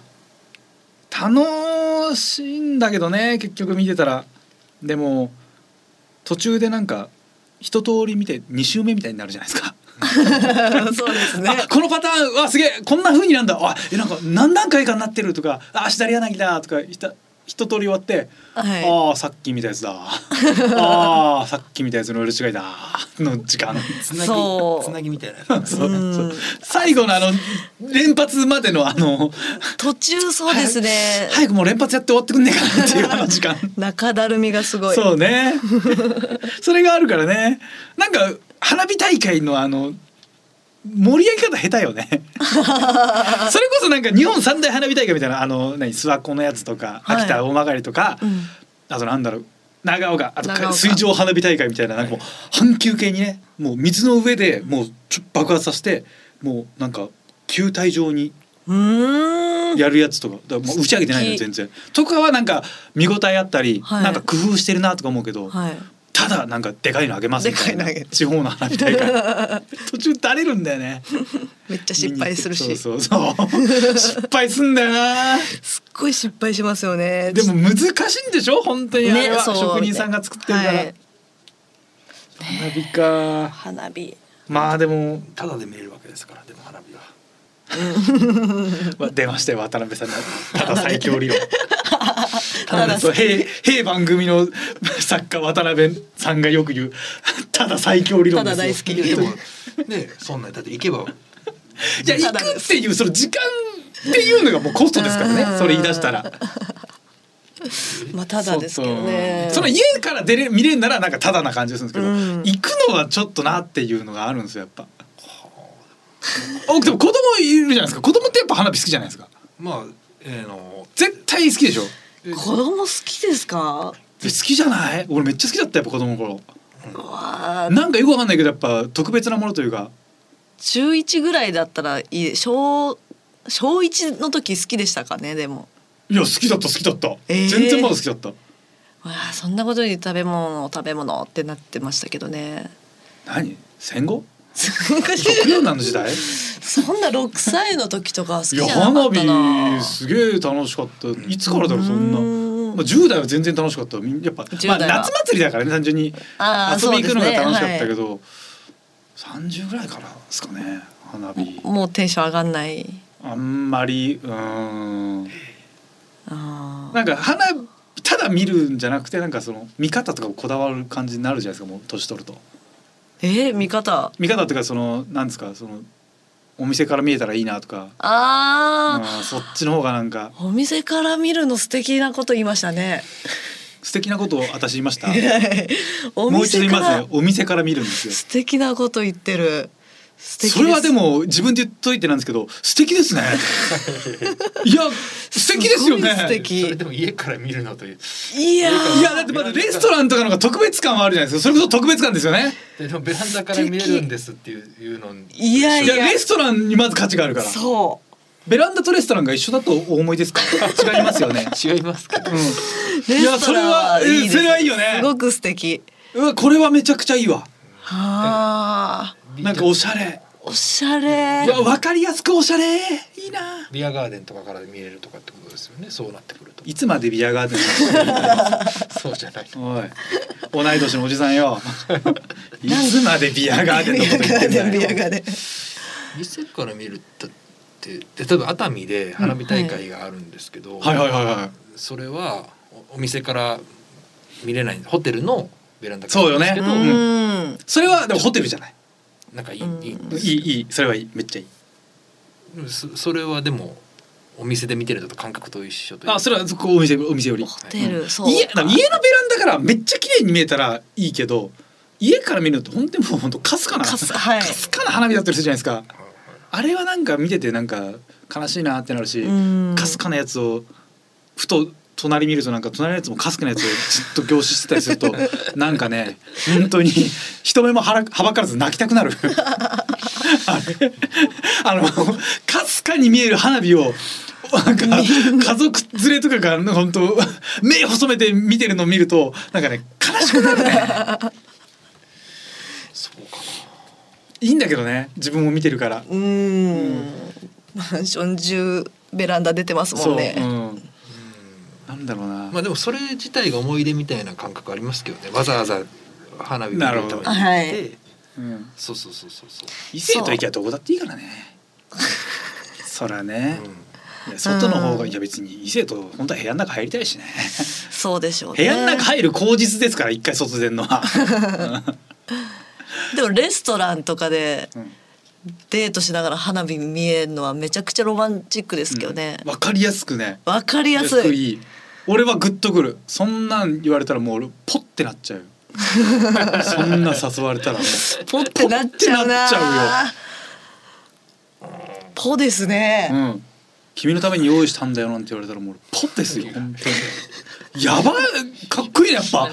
S3: 楽しいんだけどね結局見てたら。でも途中でなんか一通り見てに周目みたいになるじゃないですか。
S4: そうですね。
S3: あこのパターンわすげえこんな風になんだあえなんか何段階かになってるとかあ左柳だとかひた一通り終わって、はい、ああさっき見たやつだああさっき見たやつの裏違いだの時間
S5: つなぎつなぎみたいな
S3: そうそう最後のあの連発までのあの
S4: 途中そうですね
S3: 早くもう連発やって終わってくんねえかなっていうあの時間
S4: 中だるみがすごい
S3: そうねそれがあるからねなんか花火大会のあの盛り上げ方下手よねそれこそなんか日本三大花火大会みたいなあの何諏訪湖のやつとか、はい、秋田大曲とか、うん、あとなんだろう長岡あと水上花火大会みたいななんかもう阪急系にねもう水の上でもうちょ爆発させてもうなんか球体状にやるやつとかだからもう打ち上げてないの全然とかはなんか見応えあったり、はい、なんか工夫してるなとか思うけど、はいただなんかでかいのあげますみたいな地方の花火大会途中垂れるんだよね
S4: めっちゃ失敗するし
S3: そうそうそう失敗すんだよな
S4: すっごい失敗しますよね
S3: でも難しいんでしょ本当にあれは、ね、職人さんが作ってるから、はい、花火か
S4: 花火
S3: まあでも
S5: ただで見れるわけですからでも花火は
S3: 出ましたよ渡辺さんのただ最強理論ただそう平平番組の作家渡辺さんがよく言うただ最強理論ですよ
S4: ただ大好き
S5: でもねそんなだって行けば
S3: いや行くっていうその時間っていうのがもうコストですからねそれ言い出したら
S4: まあただですけどね
S3: その家から出れ見れるならなんかただな感じがするんですけど、うん、行くのはちょっとなっていうのがあるんですよやっぱあでも子供いるじゃないですか子供ってやっぱ花火好きじゃないですか
S5: まあ、えー、の
S3: 絶対好きでしょ
S4: 子供好きですか
S3: 好きじゃない俺めっちゃ好きだったやっぱ子供の頃、うん、なんかよくわかんないけどやっぱ特別なものというか
S4: 中いちぐらいだったらいい小小いちの時好きでしたかねでも
S3: いや好きだった好きだった、えー、全然まだ好きだったわ
S4: あそんなことに食べ物食べ物ってなってましたけどね
S3: 何戦後食糧難の時代
S4: そんなろくさいの時とか好きじゃなかったな。
S3: いや花火すげえ楽しかった。いつからだろうそんな。まあじゅう代は全然楽しかった。やっぱまあ夏祭りだからね単純に遊び行くのが楽しかったけど、ねはい、さんじゅうぐらいからですかね花火。
S4: もうテンション上がんない。
S3: あんまりうーん。あなんか花ただ見るんじゃなくてなんかその見方とかこだわる感じになるじゃないですかもう年取ると。
S4: えー、見方
S3: 見方っていうかそのなんですかそのお店から見えたらいいなとか
S4: あ
S3: あそっちの方がなんか
S4: お店から見るの素敵なこと言いましたね
S3: 素敵なことを私言いました
S4: お店
S3: もう一度言いますねお店から見るんですよ
S4: 素敵なこと言ってる素敵です
S3: それはでも自分で言っといてなんですけど素敵ですねいや素敵ですよね
S4: 素敵
S5: それでも家から見るのという
S4: いや
S3: いやだってまだレストランとかのが特別感はあるじゃないですかそれこそ特別感ですよね
S5: でもベランダから見れるんですっていうの
S4: いやいや
S3: いやレストランにまず価値があるから
S4: そう
S3: ベランダとレストランが一緒だとお思いですか違いますよね
S5: 違いますか、うん、
S3: いやそれはいいそれはいいよね
S4: すごく素敵
S3: うわこれはめちゃくちゃいいわは
S4: あ
S3: なんかおしゃれ
S4: おしゃれ
S3: わかりやすくおしゃれいいな
S5: ビアガーデンとかから見えるとかってことですよねそうなってくると
S3: いつまでビアガーデン
S5: そうじゃない
S3: おい同い年のおじさんよいつまでビアガーデンのこと言ってんだよ
S4: ビアガーデン
S5: 店から見るって例えば熱海で花火大会があるんですけど、
S3: うん、はいはいはいはい
S5: それはお店から見れないホテルのベランダから
S3: そうよね、うん、それはでもホテルじゃない
S5: なんかいい、
S3: うん、いいいいいいそれはいいめっちゃいい
S5: そ, それはでもお店で見てるのと感覚と一緒という
S3: あそれはそこお店お店より
S4: ホテル、はい、そう
S3: 家家のベランダからめっちゃ綺麗に見えたらいいけど家から見ると本当にもう本当かすかなかす、はい、かすかな花火だったりするじゃないですか、はいはい、あれはなんか見ててなんか悲しいなってなるしかすかなやつをふと隣見るとなんか隣のやつもかすかなやつをずっと凝視してたりするとなんかね本当に人目もはらはばからず泣きたくなるあれあのかすかに見える花火をなんか家族連れとかが本当目細めて見てるのを見るとなんかね悲しくなるね
S5: そうか
S3: ないいんだけどね自分も見てるから
S4: うーん、うん、マンション中ベランダ出てますもんね。
S3: そう、うんなんだろうな
S5: まあでもそれ自体が思い出みたいな感覚ありますけどねわざわざ花火見るために行って、
S4: はい、
S5: うん、そうそうそうそうそう。
S3: 異性と行きゃどこだっていいからね。そらね、うん、いや外の方がいや別に異性と本当は部屋の中入りたいしね。
S4: そうでしょうね。
S3: 部屋の中入る口実ですから一回外出んのは。
S4: でもレストランとかでデートしながら花火見えるのはめちゃくちゃロマンチックですけどね。
S3: わ、うん、かりやすくね。
S4: わかりやすい。
S3: いい。俺はグッとくる。そんなん言われたらもう俺ポッてなっちゃうよ。そんな誘われたらもう
S4: ポッてなっちゃうな。ポッてなっちゃうよ。ポですね、
S3: うん。君のために用意したんだよなんて言われたらもうポッですよ。本当に。やばい、かっこいいねやっぱ。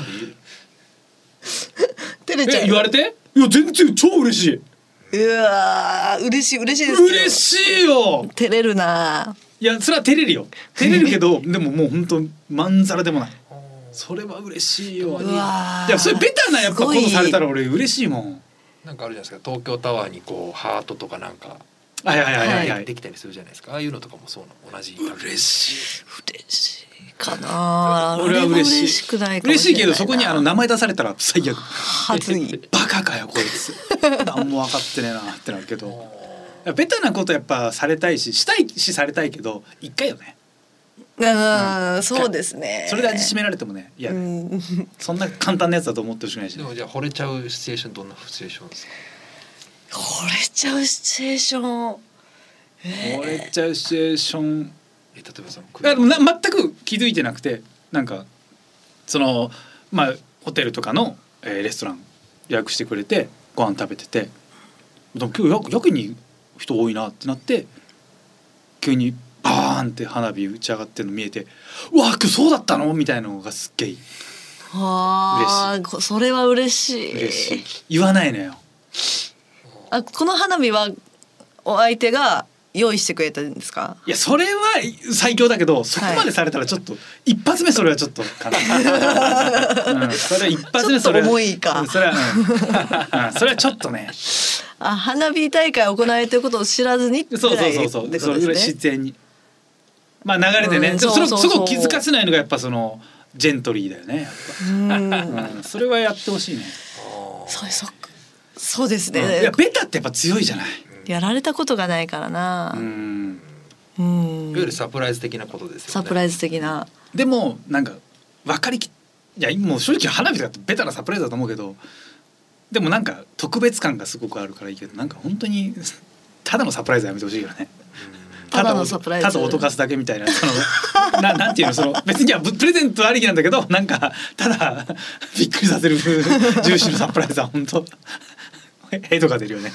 S4: 照れちゃう。
S3: え言われて？いや全然超嬉しい。
S4: うわ嬉しい嬉しいですけど。
S3: 嬉しいよ。
S4: 照れるな。
S3: いやそれは照れるよ。照れるけどでももう本当まんざらでもない。それは嬉しいよ。
S4: うわ
S3: いやそれベタなやっぱことされたら俺嬉しいもん。
S5: なんかあるじゃないですか、東京タワーにこうハートとかなんか
S3: はいはいはいはい、はい、
S5: できたりするじゃないですか。ああいうのとかもそうな同じ。
S3: 嬉しい
S4: 嬉しいかな。
S3: 俺は嬉しい。
S4: 嬉しくないかもしれないな。
S3: 嬉しいけどそこにあの名前出されたら最悪。
S4: はずい。
S3: バカかよこいつ。何も分かってねえなってなるけど。ベタなことやっぱされたいししたいしされたいけど一回よね。
S4: うん、うん、そうですね。
S3: それで味しめられてもね、いや、うん、そんな簡単なやつだと思ってほしくないし、ね。
S5: でもじゃあ惚れちゃうシチュエーションどんなシチュエーションですか。
S4: 惚れちゃうシチュエーション。
S3: えー、惚れちゃうシチュエーション。
S5: え例えばそ
S3: のな全く気づいてなくて、なんかそのまあホテルとかの、えー、レストラン予約してくれてご飯食べてて、でも今日ややけに人多いなってなって急に。バーンって花火打ち上がってるの見えて、うわ今日そうだったのみたいなのがすっげえ
S4: は嬉しい。それは嬉しい。
S3: 嬉しい。言わないのよ。
S4: あこの花火はお相手が用意してくれたんですか。
S3: いやそれは最強だけどそこまでされたらちょっと、はい、一発目それはちょっとかな、うん、それは一発目それは
S4: ちょっと重いか。
S3: それは、うんうん、それはちょっとね
S4: あ花火大会行われてることを知らずに
S3: そうそうそうそう、それぐらい自然にまあ流れでね、うん、それすごく気づかせないのがやっぱそのジェントリーだよねやっぱ、うん、それはやってほしいね。
S4: そうそそうですね、
S3: うん、いやベタってやっぱ強いじゃない。
S4: やられたことがないからな。うん
S5: うん、いわゆるサプライズ的なことですよね。
S4: サプライズ的な。
S3: でもなんか分かりきいやもう正直花火とかってベタなサプライズだと思うけど、でもなんか特別感がすごくあるからいいけど、なんか本当にただのサプライズやめてほしいよね。
S4: ただのサプライズ、
S3: ただ脅かすだけみたいな、そのななんていうの、その別にはプレゼントありきなんだけど、なんかただびっくりさせる重視のサプライズは本当ヘドが出るよね。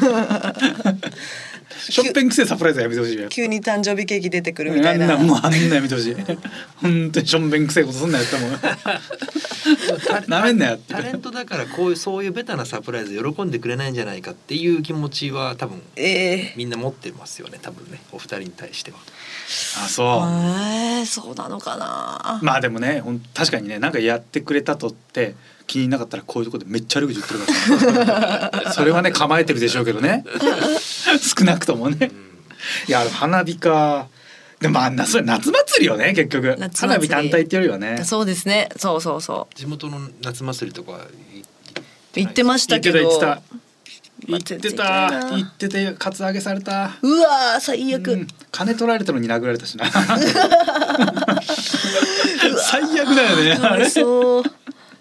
S3: しょっぺんくせえサプライズはやめてほしいよ。
S4: 急に誕生日ケーキ出てくるみたいな。
S3: あんなもうあんなやめてほしい。本当にしょんべんくせえことすんなよってもう。なめんなよって。
S5: タレントだからこういうそういうベタなサプライズ喜んでくれないんじゃないかっていう気持ちは多分、えー、みんな持ってますよね多分ね、お二人に対しては。
S3: あそう。
S4: えー、そうなのかな。
S3: まあでもね、ほん確かにね、なんかやってくれたとって気になかったらこういうところでめっちゃ悪口言ってるから、ね、それはね構えてるでしょうけどね。少なくともね。いや花火か。でもあんなそれ夏祭りよね結局。花火単体っていうよりはね。
S4: そうですね。そうそうそう。
S5: 地元の夏祭りとか
S4: 行ってましたけど。
S3: 言ってた言ってた。言ってた。言っててカツアゲされた。
S4: うわ最悪、うん。
S3: 金取られたのに殴られたしな。最悪だよね。
S4: あれそう。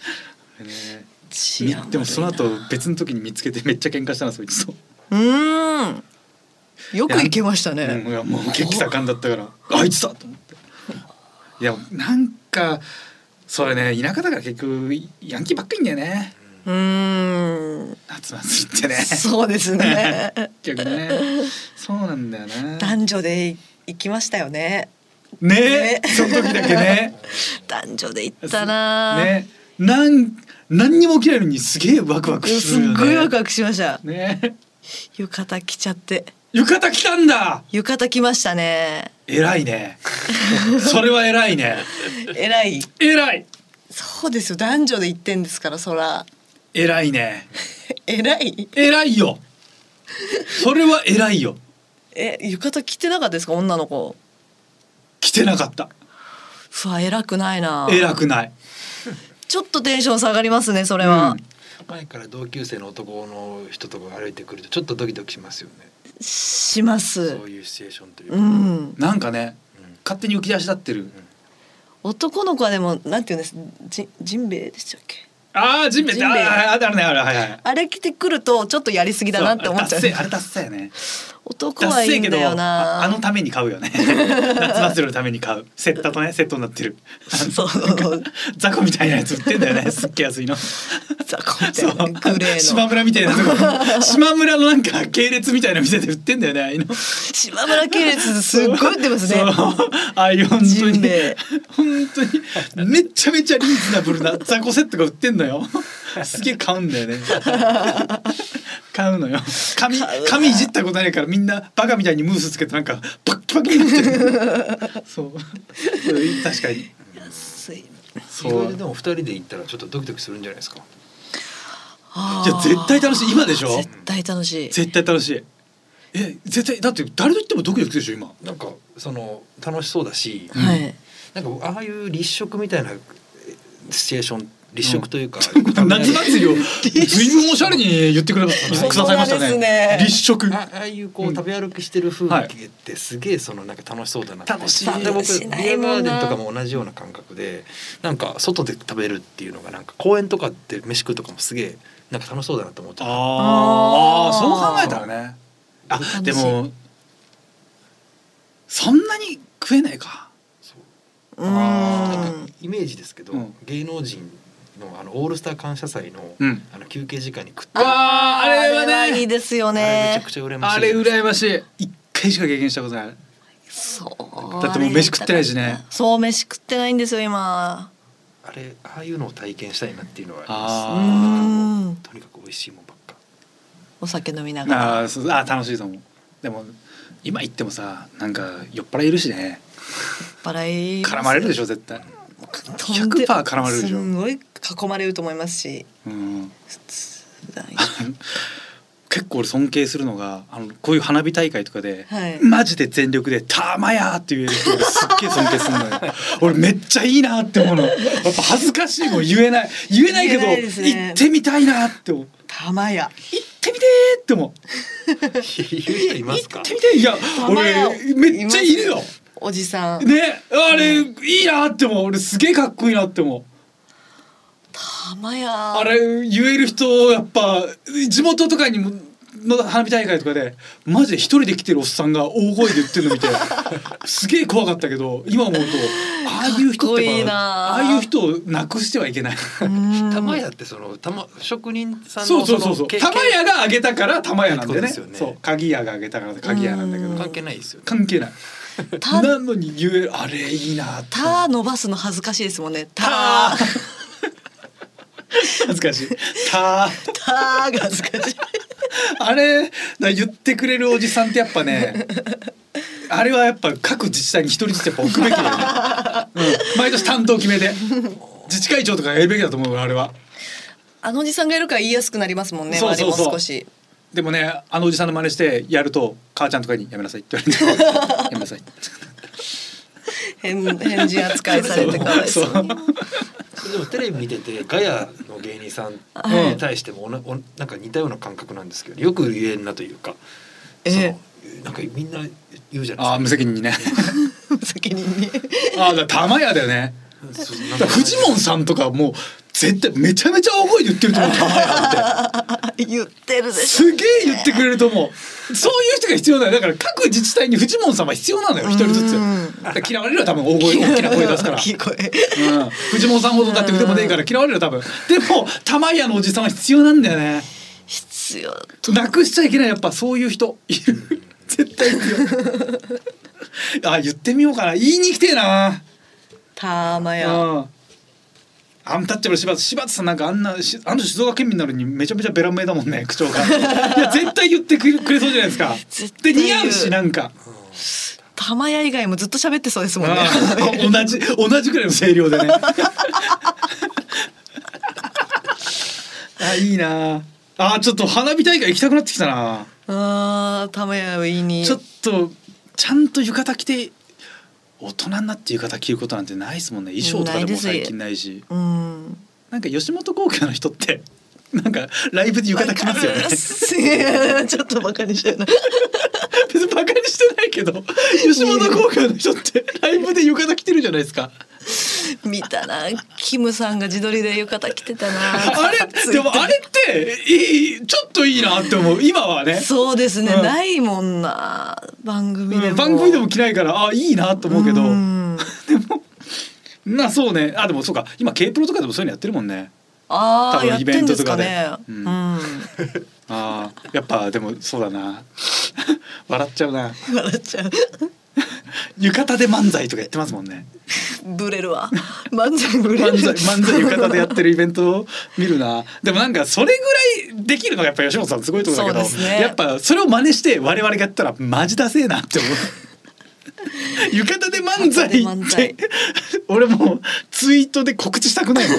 S3: ね、でもその後別の時に見つけてめっちゃ喧嘩したなそいつと。
S4: うーん。よく行けましたね。
S3: うん、いやもう血気盛んだったからあいつだと思って。いやなんかそれね田舎だから結局ヤンキーばっかりんだよね。
S4: うーん。
S3: 夏祭りってね。
S4: そうですね。
S3: 結局ね。そうなんだよな。
S4: 男女で行きましたよね。
S3: ねえ、ねその時だけね。
S4: 男女で行ったな。
S3: ね。なん何にも起きないのにすげえワクワクするよね。
S4: すっごいワクワクしました。
S3: ね。
S4: 浴衣着ちゃって。
S3: 浴衣着たんだ。
S4: 浴衣着ましたね。
S3: 偉いね。それは偉いね。
S4: 偉い。
S3: 偉い。
S4: そうですよ。男女で行ってんですからそら。
S3: 偉いね。
S4: 偉い。
S3: 偉いよ。それは偉いよ。
S4: え、浴衣着てなかったですか女の子。
S3: 着てなかった。
S4: うわ偉くないな。
S3: 偉くない。
S4: ちょっとテンション下がりますねそれは。
S5: 前から同級生の男の人とか歩いてくるとちょっとドキドキしますよね。
S4: します。
S5: そういうシチュエーションというか、
S4: うん、
S3: なんかね、うん、勝手に浮き出し立ってる、うん、
S4: 男の子はでもなんていうんです、ジジンベエでしたっけ。
S3: ああジンベエ、ああるね、ある、はいはい。
S4: あれ着てくるとちょっとやりすぎだなって思っちゃう。
S3: あれ達成やね。
S4: 男はいいんだよな。
S3: あ, あのために買うよね。夏祭りのために買う。セッタとね、セットになってる。そう雑魚みたいなやつ売ってんだよね。すっげえ安いの。雑魚みたいなグレーの。島村みたいなとこ。島村のなんか系列みたいな店で売ってんだよね。ああいうの。島
S4: 村系列すっごい売ってますね。
S3: ああいう本当に本当にめちゃめちゃリーズナブルな雑魚セットが売ってんのよ。すげえ買うんだよね。買うのよ。髪髪いじったことないからみんなバカみたいにムースつけてなんかパッキパキになってる。そう確かに
S4: 安い。
S5: そうでもふたりで行ったらちょっとドキドキするんじゃないですか。い
S3: や絶対楽しい。今でしょ。
S4: 絶対楽しい。
S3: 絶対楽しい。え絶対だって誰と言ってもドキドキでしょ今。
S5: なんかその楽しそうだし、
S4: はい、
S5: なんかああいう立食みたいなシチュエーション、立食というか、
S3: うん、夏祭りを随分おしゃれに言ってくれくださいましたね。ね立食。
S5: ああいうこう食べ歩きしてる風景ってすげえそのなんか楽しそうだなって。
S3: 楽しい。
S5: で僕ビアガーデンとかも同じような感覚で、なんか外で食べるっていうのがなんか公園とかって飯食うとかもすげえなんか楽しそうだなと思って。
S3: ああそう考えたらね。あでもそんなに食えないか。
S5: そう。なんかイメージですけど、うん、芸能人のあのオールスター感謝祭の、うん、あの休憩時間に食って、
S3: ああれはね
S4: いいですよね。
S5: あれめちゃくちゃ羨ましい。
S3: あれ羨ましい。一回しか経験したことない。
S4: そう
S3: だってもう飯食ってないしね。
S4: そう飯食ってないんですよ今。
S5: あれああいうのを体験したいなっていうのは
S3: あ
S5: ります。とにかく美味しいもんばっか。
S4: お酒飲みながら。
S3: あーあ楽しいと思う。でも今行ってもさなんか酔っ払いいるしね。
S4: 酔っ払い
S3: 絡まれるでしょ絶対。ひゃくパーセント 絡まれるでしょ。
S4: すごい囲まれると思いますし、うん、
S3: 結構俺尊敬するのがあのこういう花火大会とかで、
S4: はい、
S3: マジで全力でたまやって言える人がすっげえ尊敬するのよ。俺めっちゃいいなって思うの。やっぱ恥ずかしいもん言えない言えないけどね、行ってみたいなって思う。
S4: たまや
S3: 行ってみてーって思う。
S5: 言う人いますか。
S3: 行ってみていや俺めっちゃいるよ。
S4: おじさん
S3: ねあれ、うん、いいなって思う。俺すげえかっこいいなって思う。
S4: たまや
S3: あれ言える人やっぱ地元とかにもの花火大会とかでマジで一人で来てるおっさんが大声で言ってるの見てすげえ怖かったけど今思うとああいう人っていいああいう人をなくしてはいけない。
S5: 玉屋ってその玉職人さんの
S3: そうそうそうそう玉屋があげたから玉屋なんだよね。
S5: そうですよね。
S3: そう鍵屋があげたから鍵屋なんだけど
S5: 関係ないですよね。
S3: 関係ない。なのに言えるあれいいなって。
S4: た伸ばすの恥ずかしいですもんね。た
S3: 恥ずかしい。た
S4: たが恥ずかしい。
S3: あれ言ってくれるおじさんってやっぱねあれはやっぱ各自治体に一人ずつやっぱ置くべきだよね、うん、毎年担当決めて自治会長とかやるべきだと思う。あれは
S4: あのおじさんがいるから言いやすくなりますもんね。
S3: そうそうそう
S4: も少し
S3: でもねあのおじさんの真似してやると母ちゃんとかにやめなさいって言われてやめなさい
S4: 変変人扱いされてかわいそうに。
S5: でもテレビ見ててガヤの芸人さんに対してもおなおなんか似たような感覚なんですけどよく言えんなというか、えー、なんかみんな言うじゃないですか。
S3: あ無責任にね
S4: 無責任に
S3: あだ玉屋だよね。フジモンさんとかもう絶対めちゃめちゃ大声で言ってると思う。玉屋って
S4: 言ってるでしょ。
S3: すげえ言ってくれると思う。そういう人が必要だよ。だから各自治体にフジモンさんは必要なのよ一人ずつ。嫌われるよ多分大声大きな声出すから。うん、フジモンさんほどだって腕もねえから嫌われるよ多分。でも玉屋のおじさんは必要なんだよね。
S4: 必要。
S3: なくしちゃいけないやっぱそういう人いる。絶対必要。あ言ってみようかな。言いに来てえな。
S4: 玉屋。
S3: うんアンタッチャブル柴田柴田さんなんかあんなあの静岡県民なのにめちゃめちゃベラメだもんね口調が。いや絶対言ってくれそうじゃないですか。で似合うしなんか
S4: 玉屋以外もずっと喋ってそうですもんね。
S3: 同じ同じくらいの声量でね。あいいなあ。ちょっと花火大会行きたくなってきたな
S4: あ。玉屋を言いに
S3: ちょっとちゃんと浴衣着て大人になって浴衣着ることなんてないですもんね。衣装とかでも最近ないし。
S4: うん、
S3: なんか吉本興業の人ってなんかライブで浴衣着ますよね。
S4: ちょっとバカにしてるな。
S3: 別にバカにしてないけど吉本興業の人ってライブで浴衣着てるじゃないですか。
S4: 見たな、キムさんが自撮りで浴衣着てたな。
S3: あれでもあれっていいちょっといいなって思う今はね。
S4: そうですね、
S3: うん、
S4: ないもんな番組でも、
S3: うん、番組でも着ないからあいいなと思うけど、
S4: うん、
S3: でもなそうねあでもそうか今 K プロとかでもそういうのやってるもんね。
S4: ああ
S3: 多分イベントとかで
S4: やってんですかね、
S3: うん
S4: うん、
S3: あやっぱでもそうだな笑っちゃうな
S4: 笑っちゃう
S3: 浴衣で漫才とかやってますもんね。
S4: ブレるわ漫才ブレる
S3: 漫才漫才浴衣でやってるイベントを見るな。でもなんかそれぐらいできるのがやっぱ吉本さんすごいところだけど、
S4: そうですね、
S3: やっぱそれを真似して我々がやったらマジダセえなって思う浴衣で漫才って俺もうツイートで告知したくないもん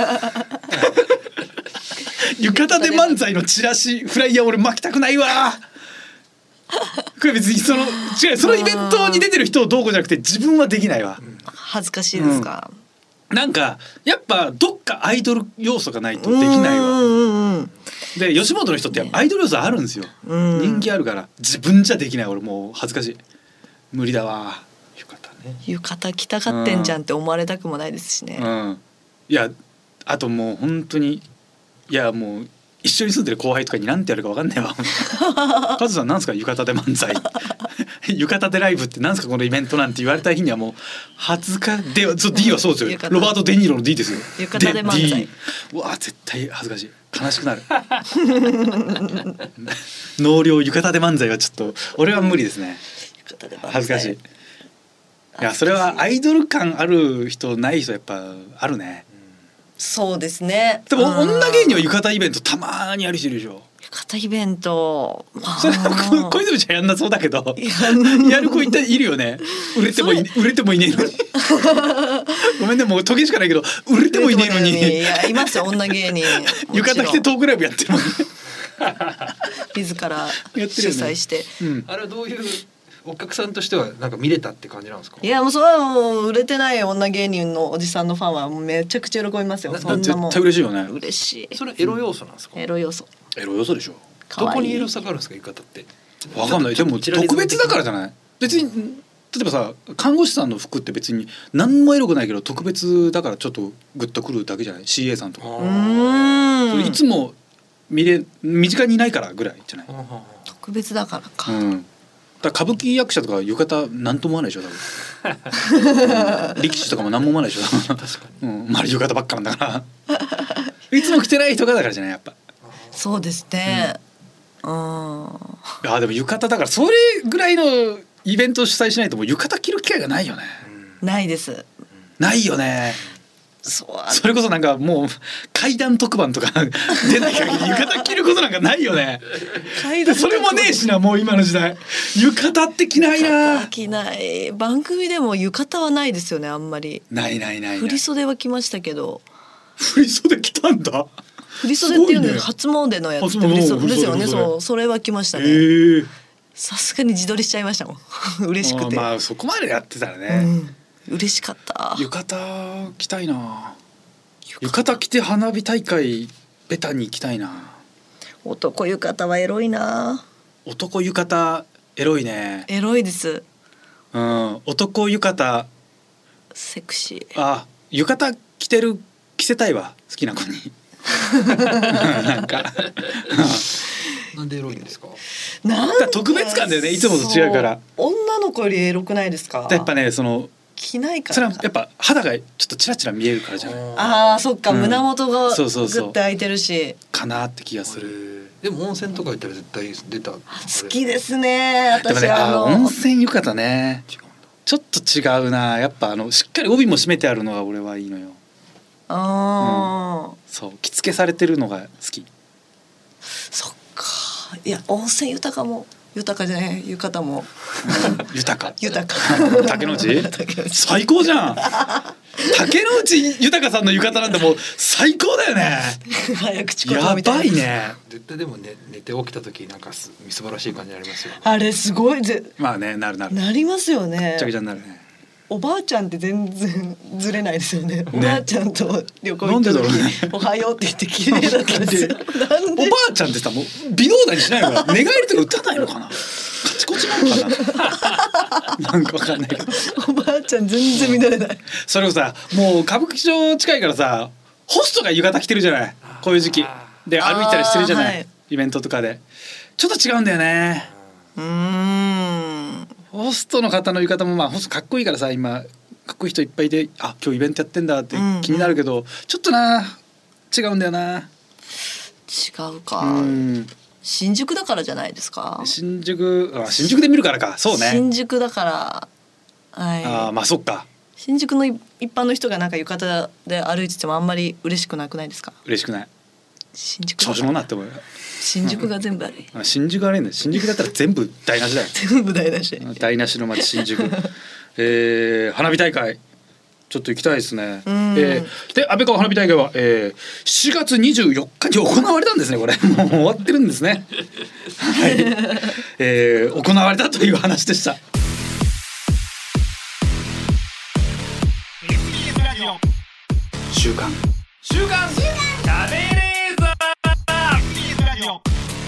S3: 浴衣で漫才のチラシフライヤー俺巻きたくないわこれ別にその違うそのイベントに出てる人をどうこうじゃなくて自分はできないわ。
S4: 恥ずかしいですか、
S3: うん、なんかやっぱどっかアイドル要素がないとできないわ。
S4: うんうんうん、
S3: で吉本の人ってやっぱアイドル要素あるんですよ、うん、人気あるから自分じゃできない。俺もう恥ずかしい無理だわ。浴衣ね
S4: 浴衣着たがってんじゃんって思われたくもないですしね、
S3: うん、いやあともう本当にいやもう一緒に住んでる後輩とかに何てやるか分かんないわカズさんなんすか浴衣で漫才浴衣でライブってなんすかこのイベントなんて言われた日にはもう恥ずかでそう D はそうですよロバート・デ・ニーロの D ですよ。
S4: 浴衣で漫才
S3: D うわ絶対恥ずかしい悲しくなる納涼浴衣で漫才はちょっと俺は無理ですね。恥ずかしい。いやそれはアイドル感ある人ない人やっぱあるね。
S4: そうですね。
S3: でも女芸人は浴衣イベントたまにやる人いるでしょ。
S4: 浴衣イベント、
S3: まあ、それは小泉ちゃんやんなそうだけどやる子いたいるよね。売れてもい売れてもいねえのにごめんねもう時計しかないけど売れてもいねえのに
S4: いやいますよ女芸人
S3: 浴衣着てトークライブやってるもんね
S4: 自ら主催して、
S5: うん、あれはどういうお客さんとしてはなんか見れたって感じなんですか。
S4: いやもうそれはもう売れてない女芸人のおじさんのファンはもうめちゃくちゃ喜びますよ。そんなもん
S3: 絶対嬉しいよね。
S4: 嬉しい。
S5: それエロ要素なんですか。
S4: エロ要素。
S3: エロ要素でしょ。
S5: どこにエロさがあるんですか浴衣って。
S3: わかんない。でも特別だからじゃない。別に例えばさ看護師さんの服って別に何もエロくないけど特別だからちょっとグッとくるだけじゃない。シーエー さんとか。
S4: うーん。
S3: それいつも見れ身近にいないからぐらいじゃない。
S4: 特別だからか。
S3: うん。だから歌舞伎役者とか浴衣何とも思わないでしょ多分力士とかも何も思わないでしょ確かに、うん、周り浴衣ばっかなんだからいつも着てない人がだからじゃないやっぱ。
S4: そうですね、うん、
S3: あでも浴衣だからそれぐらいのイベントを主催しないともう浴衣着る機会がないよね、
S4: うん、ないです
S3: ないよね。
S4: そう
S3: それこそなんかもう怪談特番とか出ない限り浴衣着ることなんかないよねそれもねえしなもう今の時代浴衣って着ないな。
S4: 着ない番組でも浴衣はないですよねあんまり。
S3: ないないないない。
S4: 振袖は着ましたけど。
S3: 振袖着たんだ。
S4: 振袖っていうのは初詣のやつって振袖ですよね。そうそれは着ましたね。さすがに自撮りしちゃいましたもん嬉しくて。
S3: まあそこまでやってたらね、
S4: うん嬉しかった。
S3: 浴衣着たいな。浴衣着て花火大会ベタに行きたいな。
S4: 男浴衣はエロいな。
S3: 男浴衣エロいね。
S4: エロいです。
S3: うん、男浴衣
S4: セクシ
S3: ー。あ、浴衣着てる着せたいわ好きな子になんか
S5: なんでエロいんですか。
S3: なんか特別感だよねいつもと違うから。
S4: 女の子よりエロくないですか。
S3: やっぱねその
S4: 着ないから。
S3: それはやっぱ肌がちょっとチラチラ見えるからじゃない。
S4: ああそっか、うん、胸元がグ
S3: そうそうそう
S4: ッて開いてるし
S3: かなって気がする。
S5: でも温泉とか行ったら絶対出た。好
S4: きですね私
S3: でもね
S4: はあの
S3: 温泉浴衣ねちょっと違うな。やっぱあのしっかり帯も締めてあるのが俺はいいのよ。
S4: あ、
S3: うん、そう着付けされてるのが好き。
S4: そっか。いや温泉豊かも豊かじゃない浴衣も
S3: 豊か
S4: 豊か
S3: 竹之内最高じゃん竹之内豊さんの浴衣なんてもう最高だよね
S4: 早口言葉みたいな。
S3: やばいね。
S5: 絶対でもね寝て起きた時なんかす素晴らしい感じになりますよ、ね、
S4: あれすごいぜ。
S3: まあねなるなる
S4: なりますよね。
S3: めちゃくちゃになるね。
S4: おばあちゃんって全然ずれないですよね。おばあちゃんと旅行行った時
S3: なんでだろうね
S4: おはようって言って綺麗だったんですよ。なんで
S3: おばあちゃんってさもう微動だにしないのかな寝返りとか打たないのかなカチコチなのかななんかわかんないけど
S4: おばあちゃん全然乱れない。
S3: それをさもう歌舞伎町近いからさホストが浴衣着てるじゃないこういう時期で歩いたりしてるじゃない、
S4: はい、
S3: イベントとかでちょっと違うんだよね。
S4: うーん
S3: ホストの方の浴衣もまあホストかっこいいからさ今かっこいい人いっぱいいてあ今日イベントやってんだって気になるけど、うんうん、ちょっとな違うんだよな。
S4: 違うか、
S3: うん、
S4: 新宿だからじゃないですか。
S3: 新宿あ新宿で見るからかそうね
S4: 新宿だから、はい、
S3: あまあそっか
S4: 新宿の一般の人がなんか浴衣で歩いててもあんまり嬉しくなくないですか。
S3: 嬉しくない。
S4: 新宿
S3: 調子乗んなって思うよ。
S4: 新宿が全部ある、
S3: うん、新宿悪いんだよ。新宿だったら全部台無しだよ
S4: 全部台無し
S3: 台無しの街新宿えー、花火大会ちょっと行きたいですね。えー、で安倍川花火大会は、えー、しがつにじゅうよっかに行われたんですね。これもう終わってるんですねはい、えー、行われたという話でした。
S1: 週刊
S2: 週刊しゃべれーザー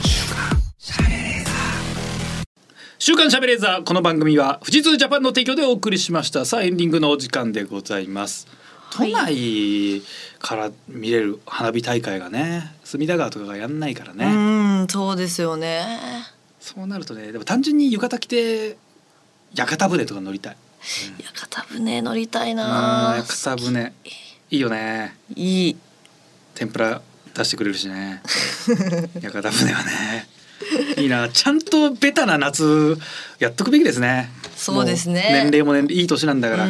S3: 週刊しゃべれーザー。この番組は富士通ジャパンの提供でお送りしました。さあエンディングのお時間でございます。都内から見れる花火大会がね隅田川とかがやんないからね。
S4: うんそうですよね。
S3: そうなるとねでも単純に浴衣着て屋形船とか乗りたい、
S4: うん、屋形船乗りたいな。
S3: 屋形船いいよね。
S4: いい
S3: 天ぷら出してくれるしね屋形船はねいいな。ちゃんとベタな夏やっとくべきですね。
S4: そうですね。
S3: 年齢も、ね、いい年なんだから、
S4: うん、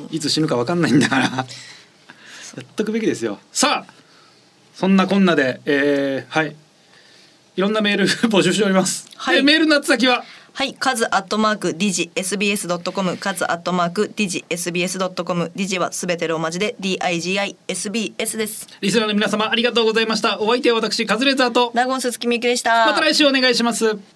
S3: いつ死ぬか分かんないんだからやっとくべきですよ。さあそんなこんなで、えー、はいいろんなメール募集しております、はい、メールの宛先は
S4: はいカズアットマークディジ エスビーエスドットコム カズアットマークディジ エスビーエスドットコム ディジはすべてローマ字で ディーアイジーアイエスビーエス です。
S3: リスナーの皆様ありがとうございました。お相手は私カズレーザーと
S4: ナゴンススキミユキでした。
S3: また来週お願いします。